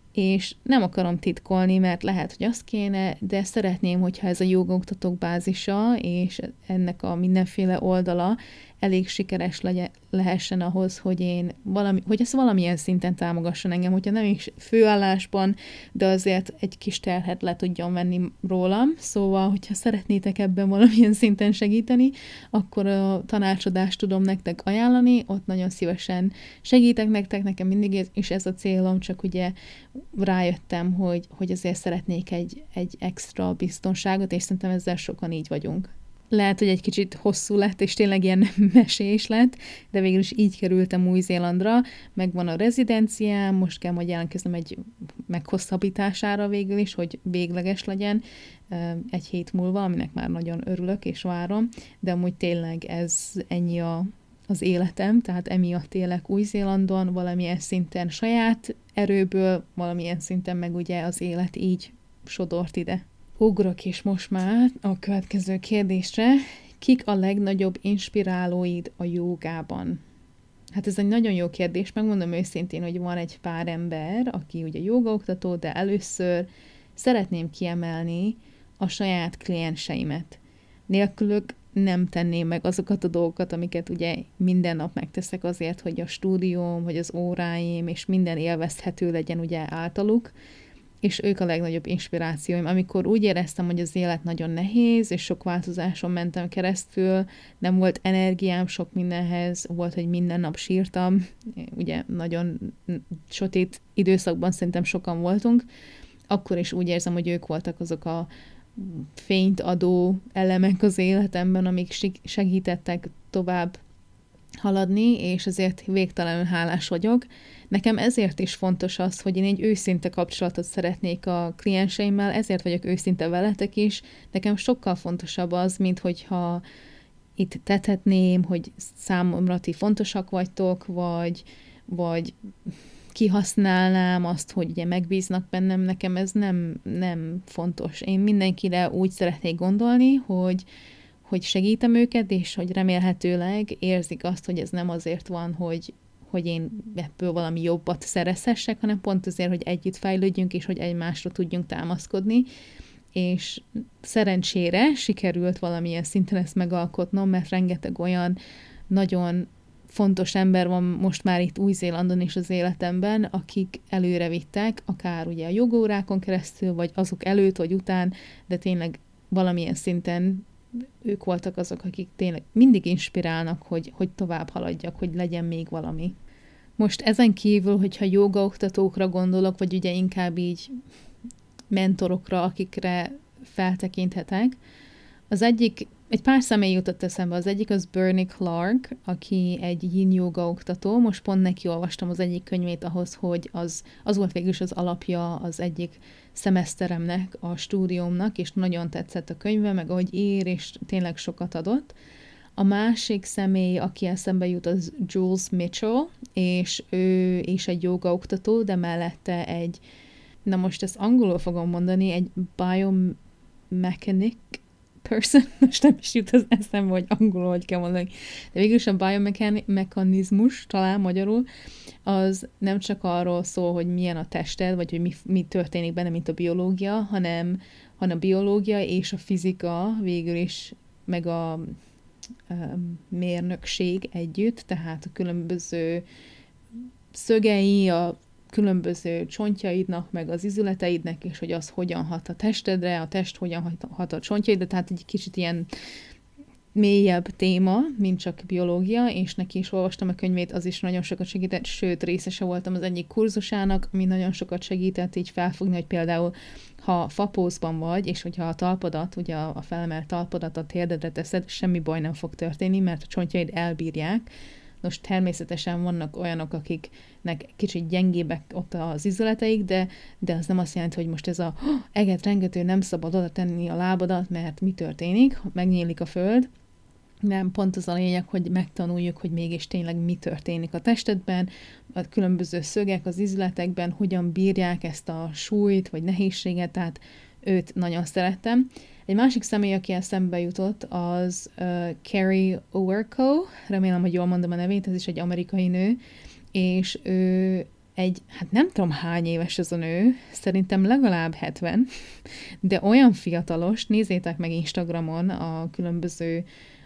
Speaker 1: és nem akarom titkolni, mert lehet, hogy az kéne, de szeretném, hogyha ez a jogaoktatók bázisa, és ennek a mindenféle oldala elég sikeres legyen, lehessen ahhoz, hogy én valami, hogy ez valamilyen szinten támogasson engem, hogyha nem is főállásban, de azért egy kis terhet le tudjon venni rólam. Szóval, hogyha szeretnétek ebben valamilyen szinten segíteni, akkor a tanácsadást tudom nektek ajánlani, ott nagyon szívesen segítek nektek, nekem mindig is ez a célom, csak ugye rájöttem, hogy, hogy azért szeretnék egy, egy extra biztonságot, és szerintem ezzel sokan így vagyunk. Lehet, hogy egy kicsit hosszú lett, és tényleg ilyen mesés lett, de végül is így kerültem Új-Zélandra, megvan a rezidenciám, most kell majd jelentkeznem egy meghosszabbítására végül is, hogy végleges legyen egy hét múlva, aminek már nagyon örülök és várom, de amúgy tényleg ez ennyi a, az életem, tehát emiatt élek Új-Zélandon, valamilyen szinten saját erőből, valamilyen szinten meg ugye az élet így sodort ide. Ugrok is most már a következő kérdésre. Kik a legnagyobb inspirálóid a jogában? Hát ez egy nagyon jó kérdés, megmondom őszintén, hogy van egy pár ember, aki ugye jogaoktató, de először szeretném kiemelni a saját klienseimet. Nélkülük nem tenném meg azokat a dolgokat, amiket ugye minden nap megteszek azért, hogy a stúdióm, vagy az óráim, és minden élvezhető legyen ugye általuk, és ők a legnagyobb inspirációim. Amikor úgy éreztem, hogy az élet nagyon nehéz, és sok változáson mentem keresztül, nem volt energiám sok mindenhez, volt, hogy minden nap sírtam, ugye nagyon sötét időszakban szerintem sokan voltunk, akkor is úgy érzem, hogy ők voltak azok a fényt adó elemek az életemben, amik segítettek tovább haladni, és ezért végtelenül hálás vagyok. Nekem ezért is fontos az, hogy én egy őszinte kapcsolatot szeretnék a klienseimmel, ezért vagyok őszinte veletek is. Nekem sokkal fontosabb az, mint hogyha itt tethetném, hogy számomra ti fontosak vagytok, vagy, vagy kihasználnám azt, hogy ugye megbíznak bennem, nekem ez nem, nem fontos. Én mindenkire úgy szeretnék gondolni, hogy hogy segítem őket, és hogy remélhetőleg érzik azt, hogy ez nem azért van, hogy, hogy én ebből valami jobbat szerezhessek, hanem pont azért, hogy együtt fejlődjünk, és hogy egymásra tudjunk támaszkodni, és szerencsére sikerült valamilyen szinten ezt megalkotnom, mert rengeteg olyan nagyon fontos ember van most már itt Új-Zélandon és az életemben, akik előre vittek, akár ugye a jogórákon keresztül, vagy azok előtt, vagy után, de tényleg valamilyen szinten ők voltak azok, akik tényleg mindig inspirálnak, hogy, hogy tovább haladjak, hogy legyen még valami. Most ezen kívül, hogyha jogaoktatókra gondolok, vagy ugye inkább így mentorokra, akikre feltekinthetek, az egyik, egy pár személy jutott eszembe, az egyik az Bernie Clark, aki egy yin yoga oktató, most pont neki olvastam az egyik könyvét ahhoz, hogy az, az volt végül is az alapja az egyik szemeszteremnek, a stúdiómnak, és nagyon tetszett a könyve, meg ahogy ír, és tényleg sokat adott. A másik személy, aki eszembe jut, az Jules Mitchell, és ő is egy joga oktató, de mellette egy, na most ezt angolul fogom mondani, egy biomechanic person, most nem is jut az eszembe, hogy angolul hogy kell mondani, de végülis a biomechanizmus, talán magyarul, az nem csak arról szól, hogy milyen a tested, vagy hogy mi, mi történik benne, mint a biológia, hanem, hanem a biológia és a fizika végül is, meg a, a mérnökség együtt, tehát a különböző szögei, a különböző csontjaidnak, meg az izületeidnek, és hogy az hogyan hat a testedre, a test hogyan hat a csontjaidra, tehát egy kicsit ilyen mélyebb téma, mint csak biológia, és neki is olvastam a könyvét, az is nagyon sokat segített, sőt, részese voltam az egyik kurzusának, ami nagyon sokat segített így felfogni, hogy például, ha fapózban vagy, és hogyha a talpadat, ugye a felemelt talpadat a térdedre teszed, semmi baj nem fog történni, mert a csontjaid elbírják. Most természetesen vannak olyanok, akiknek kicsit gyengébbek ott az izületeik, de, de az nem azt jelenti, hogy most ez a oh, eget rengető, nem szabad oda tenni a lábadat, mert mi történik, megnyílik a föld. Nem, pont az a lényeg, hogy megtanuljuk, hogy mégis tényleg mi történik a testedben, a különböző szögek az izületekben, hogyan bírják ezt a súlyt, vagy nehézséget, tehát őt nagyon szerettem. Egy másik személy, aki eszembe jutott, az uh, Carrie Owerko, remélem, hogy jól mondom a nevét, ez is egy amerikai nő, és ő egy, hát nem tudom hány éves ez a nő, szerintem legalább hetven, de olyan fiatalos, nézzétek meg Instagramon a különböző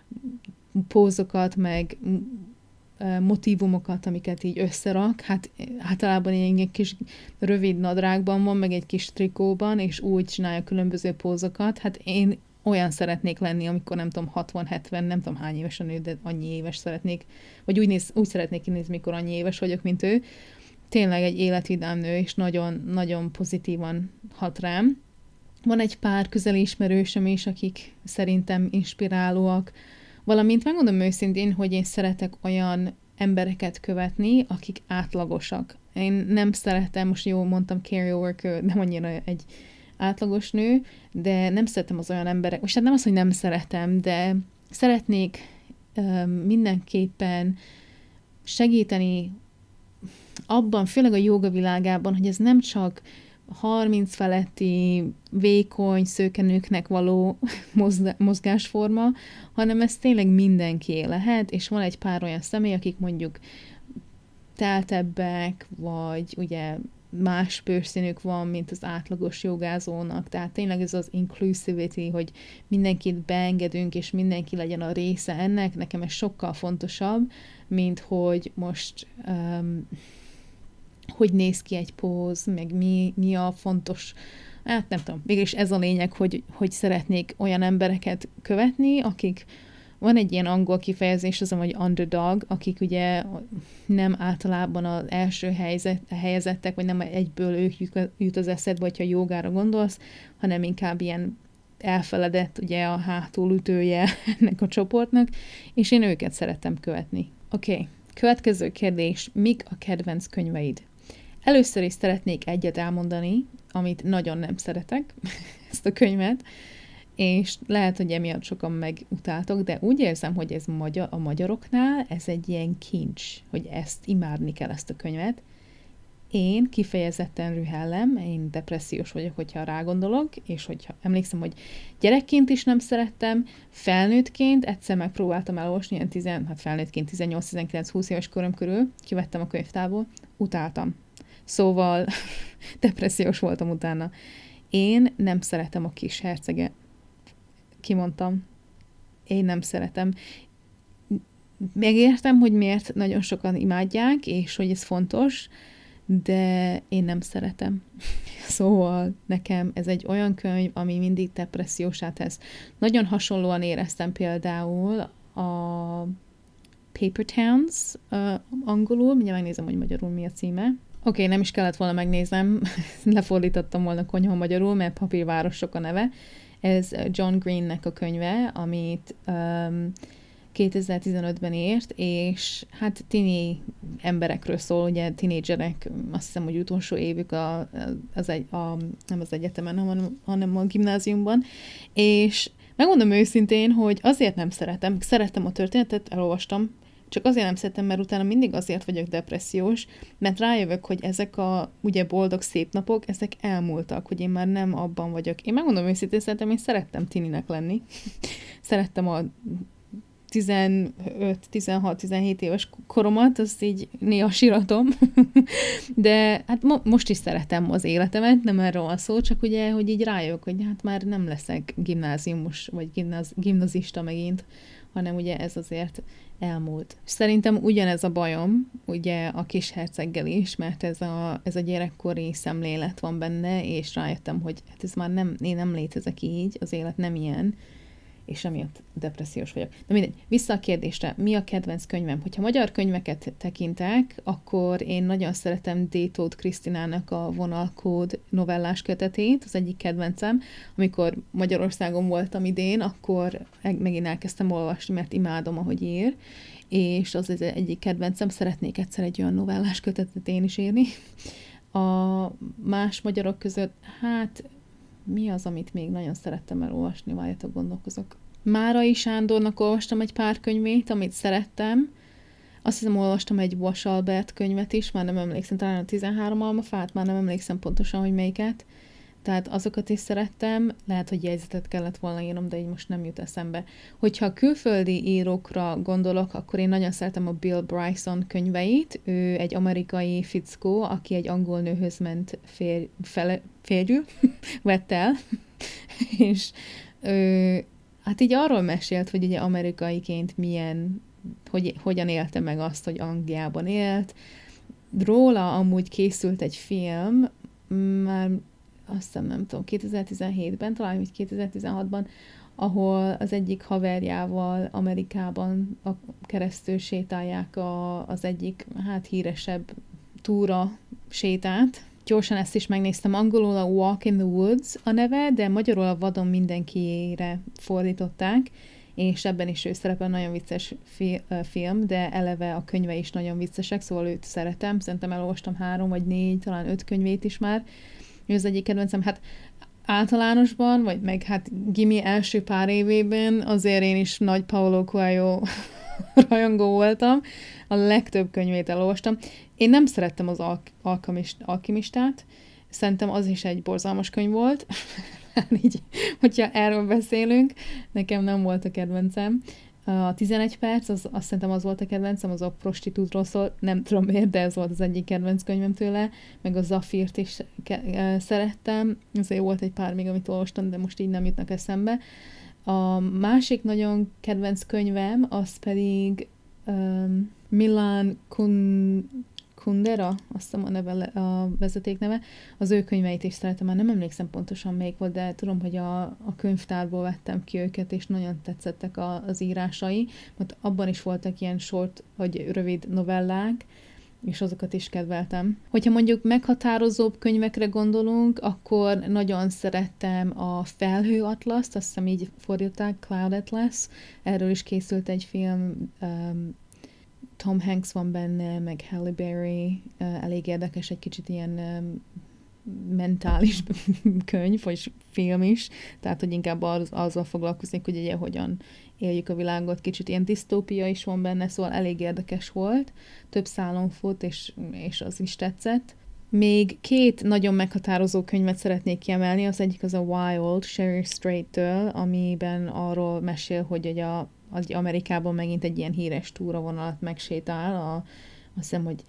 Speaker 1: pózokat, meg motívumokat, amiket így összerak, hát általában egy kis rövid nadrágban van, meg egy kis trikóban, és úgy csinálja különböző pózokat. Hát én olyan szeretnék lenni, amikor nem tudom, hatvan-hetven, nem tudom hány éves a nő, de annyi éves szeretnék, vagy úgy, néz, úgy szeretnék kinézni, mikor annyi éves vagyok, mint ő. Tényleg egy életvidám nő, és nagyon, nagyon pozitívan hat rám. Van egy pár közeli ismerősöm is, akik szerintem inspirálóak, valamint megmondom őszintén, hogy én szeretek olyan embereket követni, akik átlagosak. Én nem szeretem, most jó mondtam, Carrie Worker, nem annyira egy átlagos nő, de nem szeretem az olyan emberek, most hát nem az, hogy nem szeretem, de szeretnék uh, mindenképpen segíteni abban, főleg a jóga világában, hogy ez nem csak harminc feletti, vékony, szőkenőknek való mozgásforma, hanem ez tényleg mindenkié lehet, és van egy pár olyan személy, akik mondjuk teltebbek, vagy ugye más bőrszínük van, mint az átlagos jogázónak, tehát tényleg ez az inclusivity, hogy mindenkit beengedünk, és mindenki legyen a része ennek, nekem ez sokkal fontosabb, mint hogy most um, hogy néz ki egy póz, meg mi, mi a fontos, hát nem tudom, végülis ez a lényeg, hogy, hogy szeretnék olyan embereket követni, akik, van egy ilyen angol kifejezés, az, hogy underdog, akik ugye nem általában az első helyzet, helyezettek, vagy nem egyből ők jut az eszedbe, hogyha jogára gondolsz, hanem inkább ilyen elfeledett, ugye a hátulütője ennek a csoportnak, és én őket szerettem követni. Oké, okay. Következő kérdés, mik a kedvenc könyveid? Először is szeretnék egyet elmondani, amit nagyon nem szeretek, ezt a könyvet, és lehet, hogy emiatt sokan megutáltok, de úgy érzem, hogy ez magyar, a magyaroknál ez egy ilyen kincs, hogy ezt imádni kell, ezt a könyvet. Én kifejezetten rühellem, én depressziós vagyok, hogyha rágondolok, és hogyha emlékszem, hogy gyerekként is nem szerettem, felnőttként egyszer megpróbáltam elolvasni, ilyen tizen, hát felnőttként tizennyolc-tizenkilenc-húsz éves korom körül, kivettem a könyvtárból, utáltam. Szóval depressziós voltam utána. Én nem szeretem a Kis herceget. Kimondtam. Én nem szeretem. Megértem, hogy miért nagyon sokan imádják, és hogy ez fontos, de én nem szeretem. Szóval nekem ez egy olyan könyv, ami mindig depressziósá tesz. Nagyon hasonlóan éreztem például a Paper Towns uh, angolul, mindjárt megnézem, hogy magyarul mi a címe. Oké, okay, nem is kellett volna megnéznem, lefordítottam volna konyha magyarul, mert Papírvárosok a neve. Ez John Greennek a könyve, amit um, kétezer-tizenötben írt, és hát tini emberekről szól, ugye tinédzserek, azt hiszem, hogy utolsó évük a, az egy, a, nem az egyetemen, hanem, hanem a gimnáziumban, és megmondom őszintén, hogy azért nem szeretem, szerettem a történetet, elolvastam, csak azért nem szeretem, mert utána mindig azért vagyok depressziós, mert rájövök, hogy ezek a ugye boldog szép napok, ezek elmúltak, hogy én már nem abban vagyok. Én megmondom őszintén, szerintem én szerettem tininek lenni. Szerettem a tizenöt, tizenhat, tizenhét éves koromat, azt így néha síratom, de hát mo- most is szeretem az életemet, nem erről van szó, csak ugye, hogy így rájövök, hogy hát már nem leszek gimnáziumos, vagy gimnáz- gimnazista megint, hanem ugye ez azért elmúlt. Szerintem ugyanez a bajom, ugye a Kis herceggel is, mert ez a, ez a gyerekkori szemlélet van benne, és rájöttem, hogy hát ez már nem, én nem létezek így, az élet nem ilyen, és emiatt depressziós vagyok. De mindegy, vissza a kérdésre, mi a kedvenc könyvem? Hogyha magyar könyveket tekintek, akkor én nagyon szeretem D. Tóth Krisztinának a Vonalkód novellás kötetét, az egyik kedvencem. Amikor Magyarországon voltam idén, akkor megint elkezdtem olvasni, mert imádom, ahogy ír, és az az egyik kedvencem, szeretnék egyszer egy olyan novellás kötetet én is írni. A más magyarok között, hát mi az, amit még nagyon szerettem elolvasni, várjatok, gondolkozok. Márai Sándornak olvastam egy pár könyvét, amit szerettem. Azt hiszem, olvastam egy Vas Albert könyvet is, már nem emlékszem, talán a tizenhárom almafát, már nem emlékszem pontosan, hogy melyiket. Tehát azokat is szerettem, lehet, hogy jegyzetet kellett volna írnom, de így most nem jut eszembe. Hogyha külföldi írókra gondolok, akkor én nagyon szeretem a Bill Bryson könyveit. Ő egy amerikai fickó, aki egy angol nőhöz ment fér, fele, férjül, vett el, és ő, hát így arról mesélt, hogy ugye amerikaiként milyen, hogy, hogyan élte meg azt, hogy Angliában élt. Róla amúgy készült egy film, már azt hiszem, nem tudom, kétezer-tizenhétben, talán vagy kétezer-tizenhatban, ahol az egyik haverjával Amerikában a keresztül sétálják a, az egyik, hát híresebb túra sétát. Gyorsan ezt is megnéztem, angolul a Walk in the Woods a neve, de magyarul a Vadon mindenkire fordították, és ebben is ő szerepel, nagyon vicces fi- film, de eleve a könyve is nagyon viccesek, szóval őt szeretem, szerintem elolvastam három vagy négy, talán öt könyvét is már. Ő az egyik kedvencem, hát általánosban, vagy meg hát gimi első pár évében azért én is nagy Paulo Coelho rajongó voltam, a legtöbb könyvét elolvastam. Én nem szerettem az al- alkimist- alkimistát, szerintem az is egy borzalmas könyv volt, így, hogyha erről beszélünk, nekem nem volt a kedvencem. A tizenegy perc, az, azt szerintem az volt a kedvencem, az a prostitútról szól, nem tudom miért, de ez volt az egyik kedvenc könyvem tőle, meg a Zafirt is ke- szerettem, azért volt egy pár még, amit olvastam, de most így nem jutnak eszembe. A másik nagyon kedvenc könyvem, az pedig um, Milan Kun... Kundera, azt hiszem a, neve, a vezeték neve, az ő könyveit is szeretem, már nem emlékszem pontosan melyik volt, de tudom, hogy a, a könyvtárból vettem ki őket, és nagyon tetszettek a, az írásai, mert abban is voltak ilyen short, vagy rövid novellák, és azokat is kedveltem. Hogyha mondjuk meghatározóbb könyvekre gondolunk, akkor nagyon szerettem a Felhő Atlaszt, azt hiszem így fordították, Cloud Atlas, erről is készült egy film, um, Tom Hanks van benne, meg Halle Berry, uh, elég érdekes, egy kicsit ilyen um, mentális könyv, vagy film is, tehát, hogy inkább az, azzal foglalkozik, hogy ugye hogyan éljük a világot, kicsit ilyen disztópia is van benne, szóval elég érdekes volt, több szálon fut, és, és az is tetszett. Még két nagyon meghatározó könyvet szeretnék kiemelni, az egyik az a Wild, Sherry Strait-től, amiben arról mesél, hogy ugye a az Amerikában megint egy ilyen híres túravonalat megsétál, a, azt hiszem, hogy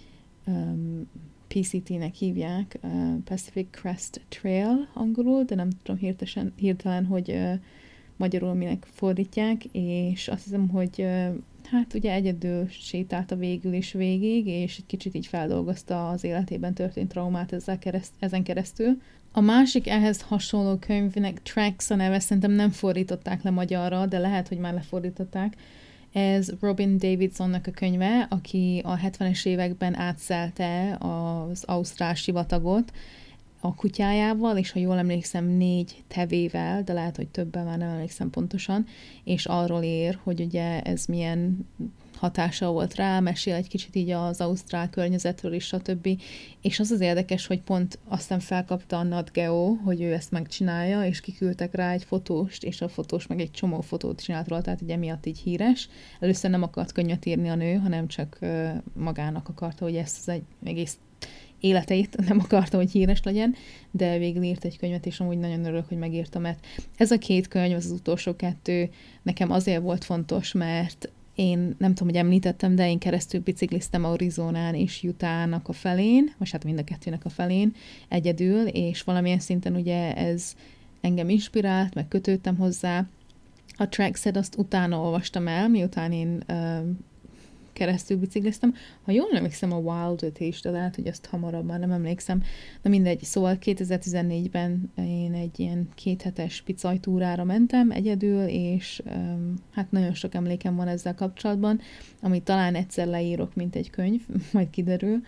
Speaker 1: um, pé cé té-nek hívják, uh, Pacific Crest Trail angolul, de nem tudom hirtesen, hirtelen, hogy uh, magyarul minek fordítják, és azt hiszem, hogy uh, hát ugye egyedül sétálta végül is végig, és egy kicsit így feldolgozta az életében történt traumát ezzel kereszt, ezen keresztül. A másik ehhez hasonló könyvnek Tracks a neve, szerintem nem fordították le magyarra, de lehet, hogy már lefordították. Ez Robin Davidsonnak a könyve, aki a hetvenes években átszelte az ausztrál sivatagot a kutyájával, és ha jól emlékszem, négy tevével, de lehet, hogy többen, már nem emlékszem pontosan, és arról ír, hogy ugye ez milyen hatása volt rá, mesél egy kicsit így az ausztrál környezetről is, stb. És az az érdekes, hogy pont aztán felkapta a Nat Geo, hogy ő ezt megcsinálja, és kiküldtek rá egy fotóst, és a fotós meg egy csomó fotót csinált róla, tehát ugye miatt így híres. Először nem akart könyvet írni a nő, hanem csak magának akarta, hogy ezt az egy egész életeit nem akarta, hogy híres legyen, de végül írt egy könyvet, és amúgy nagyon örülök, hogy megírta, mert ez a két könyv, az, az utolsó kettő nekem azért volt fontos, mert én nem tudom, hogy említettem, de én keresztül bicikliztem Arizonán és Utahnak a felén, vagy hát mind a kettőnek a felén egyedül, és valamilyen szinten ugye ez engem inspirált, meg kötődtem hozzá. A Trackset azt utána olvastam el, miután én uh, keresztül bicikliztem. Ha jól emlékszem, a Wild-öt is, de lehet, hogy ezt hamarabb már nem emlékszem. Na mindegy, szóval kétezer-tizennégyben én egy ilyen kéthetes picajtúrára mentem egyedül, és um, hát nagyon sok emlékem van ezzel kapcsolatban, amit talán egyszer leírok, mint egy könyv, majd kiderül,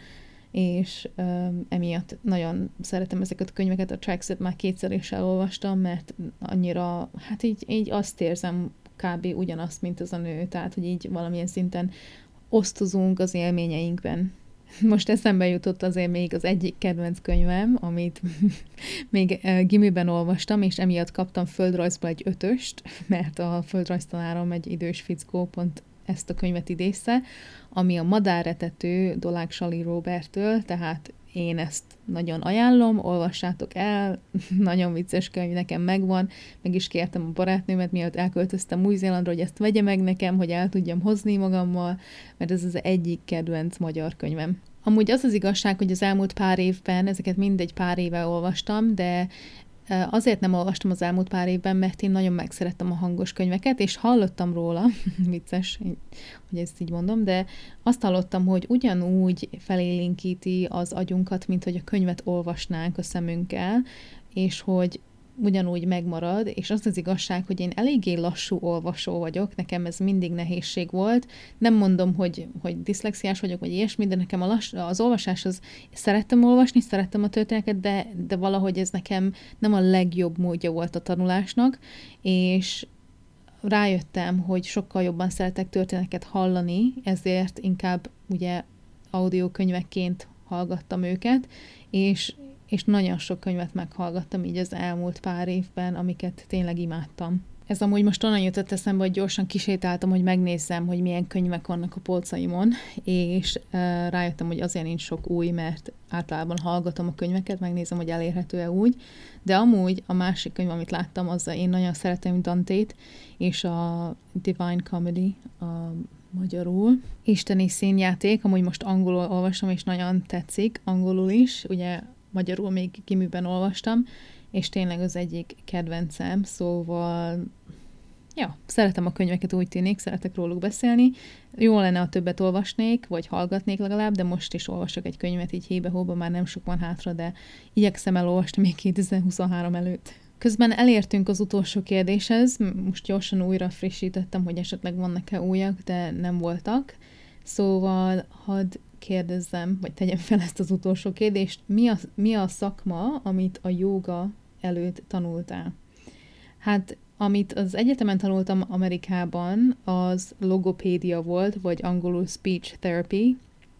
Speaker 1: és um, emiatt nagyon szeretem ezeket a könyveket, a Trackset már kétszer is elolvastam, mert annyira, hát így, így azt érzem kb. Ugyanazt, mint az a nő, tehát, hogy így valamilyen szinten osztozunk az élményeinkben. Most eszembe jutott azért még az egyik kedvenc könyvem, amit még gimiben olvastam, és emiatt kaptam földrajzba egy ötöst, mert a földrajztanárom egy idős fickó pont ezt a könyvet idézte, ami a Madáretető Dolák Sali Róberttől, tehát én ezt nagyon ajánlom, olvassátok el, nagyon vicces könyv, nekem megvan, meg is kértem a barátnőmet, mielőtt elköltöztem Új-Zélandra, hogy ezt vegye meg nekem, hogy el tudjam hozni magammal, mert ez az egyik kedvenc magyar könyvem. Amúgy az az igazság, hogy az elmúlt pár évben, ezeket mindegy pár éve olvastam, de azért nem olvastam az elmúlt pár évben, mert én nagyon megszerettem a hangos könyveket, és hallottam róla, vicces, hogy ezt így mondom, de azt hallottam, hogy ugyanúgy felélénkíti az agyunkat, mint hogy a könyvet olvasnánk a szemünkkel, és hogy ugyanúgy megmarad, és az az igazság, hogy én eléggé lassú olvasó vagyok, nekem ez mindig nehézség volt. Nem mondom, hogy, hogy diszlexiás vagyok, vagy ilyesmi, de nekem a lass, az olvasás, az szerettem olvasni, szerettem a történeteket, de, de valahogy ez nekem nem a legjobb módja volt a tanulásnak, és rájöttem, hogy sokkal jobban szeretek történeteket hallani, ezért inkább ugye audiokönyvekként hallgattam őket, és és nagyon sok könyvet meghallgattam így az elmúlt pár évben, amiket tényleg imádtam. Ez amúgy most onnan jutott eszembe, hogy gyorsan kisétáltam, hogy megnézzem, hogy milyen könyvek vannak a polcaimon, és uh, rájöttem, hogy azért nincs sok új, mert általában hallgatom a könyveket, megnézem, hogy elérhető-e úgy, de amúgy a másik könyv, amit láttam, az én nagyon szeretem Dantét, és a Divine Comedy, a magyarul. Isteni színjáték, amúgy most angolul olvasom, és nagyon tetszik, angolul is, ugye magyarul még gimiben olvastam, és tényleg az egyik kedvencem, szóval ja, szeretem a könyveket, úgy tűnik, szeretek róluk beszélni. Jó lenne, ha többet olvasnék, vagy hallgatnék legalább, de most is olvasok egy könyvet, így hébe-hóba, már nem sok van hátra, de igyekszem elolvasni még kétezer-huszonhárom előtt. Közben elértünk az utolsó kérdéshez, most gyorsan újra frissítettem, hogy esetleg vannak-e újak, de nem voltak. Szóval hadd kérdezzem, vagy tegyem fel ezt az utolsó kérdést, mi a, mi a szakma, amit a jóga előtt tanultál? Hát, amit az egyetemen tanultam Amerikában, az logopédia volt, vagy angolul speech therapy,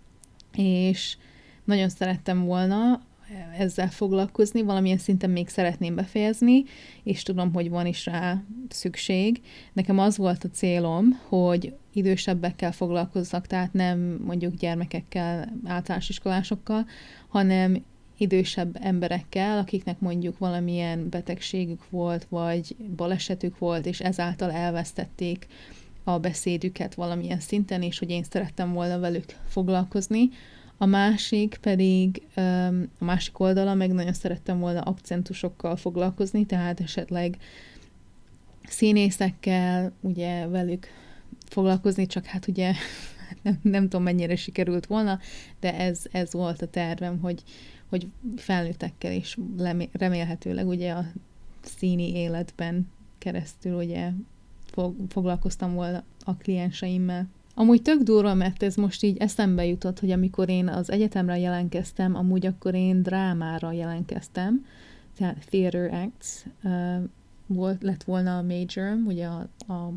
Speaker 1: és nagyon szerettem volna ezzel foglalkozni, valamilyen szinten még szeretném befejezni, és tudom, hogy van is rá szükség. Nekem az volt a célom, hogy idősebbekkel foglalkozzak, tehát nem mondjuk gyermekekkel, általános iskolásokkal, hanem idősebb emberekkel, akiknek mondjuk valamilyen betegségük volt, vagy balesetük volt, és ezáltal elvesztették a beszédüket valamilyen szinten, és hogy én szerettem volna velük foglalkozni. A másik pedig, a másik oldala, meg nagyon szerettem volna akcentusokkal foglalkozni, tehát esetleg színészekkel, ugye velük foglalkozni, csak hát ugye nem, nem tudom, mennyire sikerült volna, de ez, ez volt a tervem, hogy, hogy felnőttekkel is remélhetőleg ugye a színi életben keresztül ugye foglalkoztam volna a klienseimmel. Amúgy tök durva, mert ez most így eszembe jutott, hogy amikor én az egyetemre jelentkeztem, amúgy akkor én drámára jelentkeztem, tehát Theater Acts uh, volt, lett volna a majorom, ugye a, a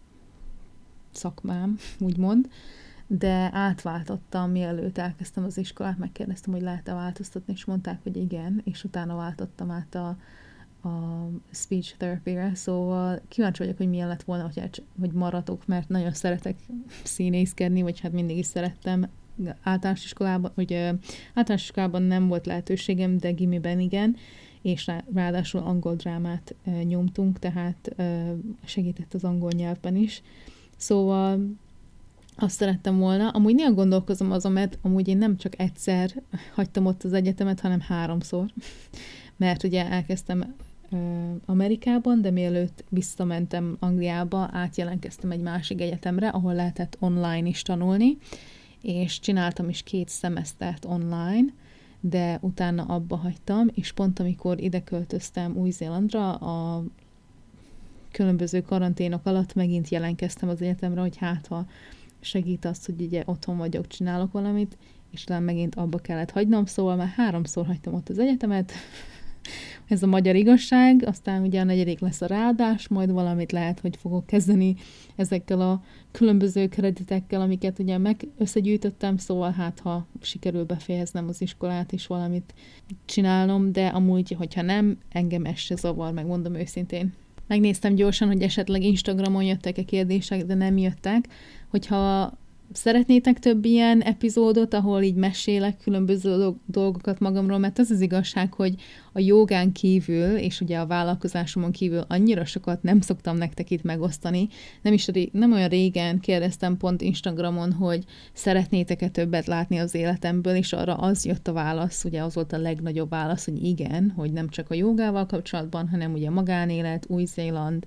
Speaker 1: szakmám, úgymond, de átváltottam, mielőtt elkezdtem az iskolát, megkérdeztem, hogy lehet-e változtatni, és mondták, hogy igen, és utána váltottam át a, a speech therapy-re, szóval kíváncsi vagyok, hogy milyen lett volna, hogy, hogy maradok, mert nagyon szeretek színészkedni, vagy hát mindig is szerettem általános iskolában, hogy általános iskolában nem volt lehetőségem, de gimiben igen, és rá, ráadásul angol drámát e, nyomtunk, tehát e, segített az angol nyelvben is. Szóval azt szerettem volna. Amúgy néha gondolkozom azon, mert amúgy én nem csak egyszer hagytam ott az egyetemet, hanem háromszor. Mert ugye elkezdtem ö, Amerikában, de mielőtt visszamentem Angliába, átjelentkeztem egy másik egyetemre, ahol lehetett online is tanulni, és csináltam is két szemesztert online, de utána abba hagytam, és pont amikor ide költöztem Új-Zélandra, a különböző karanténok alatt megint jelentkeztem az egyetemre, hogy hát ha segít azt, hogy ugye otthon vagyok, csinálok valamit, és talán megint abba kellett hagynom, szóval már háromszor hagytam ott az egyetemet, ez a magyar igazság, aztán ugye a negyedik lesz a ráadás, majd valamit lehet, hogy fogok kezdeni ezekkel a különböző kreditekkel, amiket ugye meg összegyűjtöttem, szóval hát ha sikerül befejeznem az iskolát és valamit csinálnom, de amúgy, hogyha nem, engem ez se zavar, megmondom őszintén. Megnéztem gyorsan, hogy esetleg Instagramon jöttek-e kérdések, de nem jöttek. Hogyha szeretnétek több ilyen epizódot, ahol így mesélek különböző dolgokat magamról, mert az az igazság, hogy a jogán kívül, és ugye a vállalkozásomon kívül annyira sokat nem szoktam nektek itt megosztani. Nem is ré- nem olyan régen kérdeztem pont Instagramon, hogy szeretnétek-e többet látni az életemből, és arra az jött a válasz, ugye az volt a legnagyobb válasz, hogy igen, hogy nem csak a jogával kapcsolatban, hanem ugye magánélet, Új-Zéland,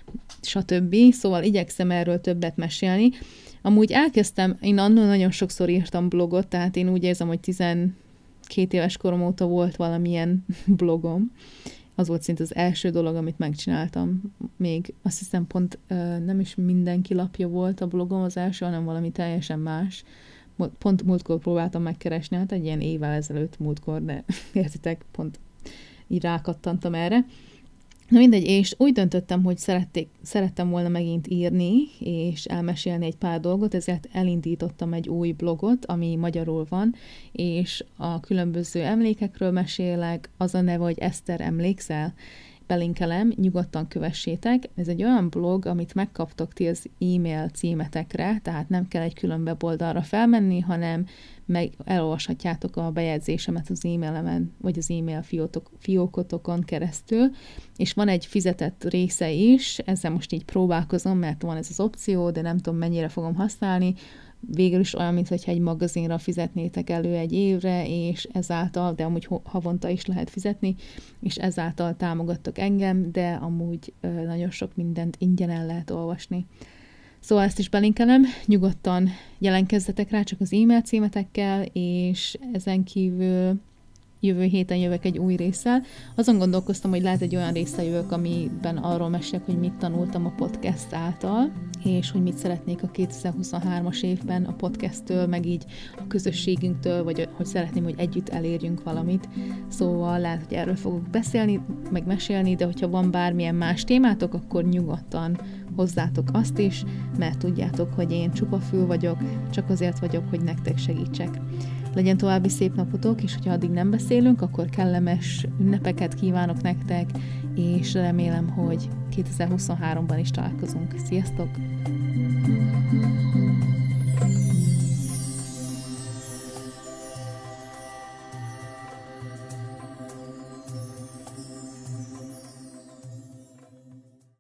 Speaker 1: stb. Szóval igyekszem erről többet mesélni. Amúgy elkezdtem, én annól nagyon sokszor írtam blogot, tehát én úgy érzem, hogy tizenkét éves korom óta volt valamilyen blogom. Az volt szinte az első dolog, amit megcsináltam. Még azt hiszem pont nem is mindenki lapja volt a blogom az első, hanem valami teljesen más. Pont múltkor próbáltam megkeresni, hát egy ilyen évvel ezelőtt múltkor, de értitek, pont így rákattantam erre. Na mindegy, és úgy döntöttem, hogy szerették, szerettem volna megint írni, és elmesélni egy pár dolgot, ezért elindítottam egy új blogot, ami magyarul van, és a különböző emlékekről mesélek, az a neve, hogy Eszter, emlékszel? Belinkelem, nyugodtan kövessétek. Ez egy olyan blog, amit megkaptok ti az e-mail címetekre, tehát nem kell egy külön weboldalra felmenni, hanem meg elolvashatjátok a bejegyzésemet az e-mailemen, vagy az e-mail fiótok, fiókotokon keresztül, és van egy fizetett része is, ezzel most így próbálkozom, mert van ez az opció, de nem tudom, mennyire fogom használni. Végül is olyan, mintha egy magazinra fizetnétek elő egy évre, és ezáltal, de amúgy havonta is lehet fizetni, és ezáltal támogattok engem, de amúgy nagyon sok mindent ingyen el lehet olvasni. Szóval ezt is belinkelem, nyugodtan jelentkezzetek rá csak az e-mail címetekkel, és ezen kívül jövő héten jövök egy új résszel. Azon gondolkoztam, hogy lehet egy olyan résszel jövök, amiben arról mesélek, hogy mit tanultam a podcast által, és hogy mit szeretnék a kétezer-huszonhármas évben a podcasttől, meg így a közösségünktől, vagy hogy szeretném, hogy együtt elérjünk valamit. Szóval lehet, hogy erről fogok beszélni, meg mesélni, de hogyha van bármilyen más témátok, akkor nyugodtan hozzátok azt is, mert tudjátok, hogy én csupa fül vagyok, csak azért vagyok, hogy nektek segítsek. Legyen további szép napotok, és hogyha addig nem beszélünk, akkor kellemes ünnepeket kívánok nektek, és remélem, hogy kétezer-huszonháromban is találkozunk. Sziasztok!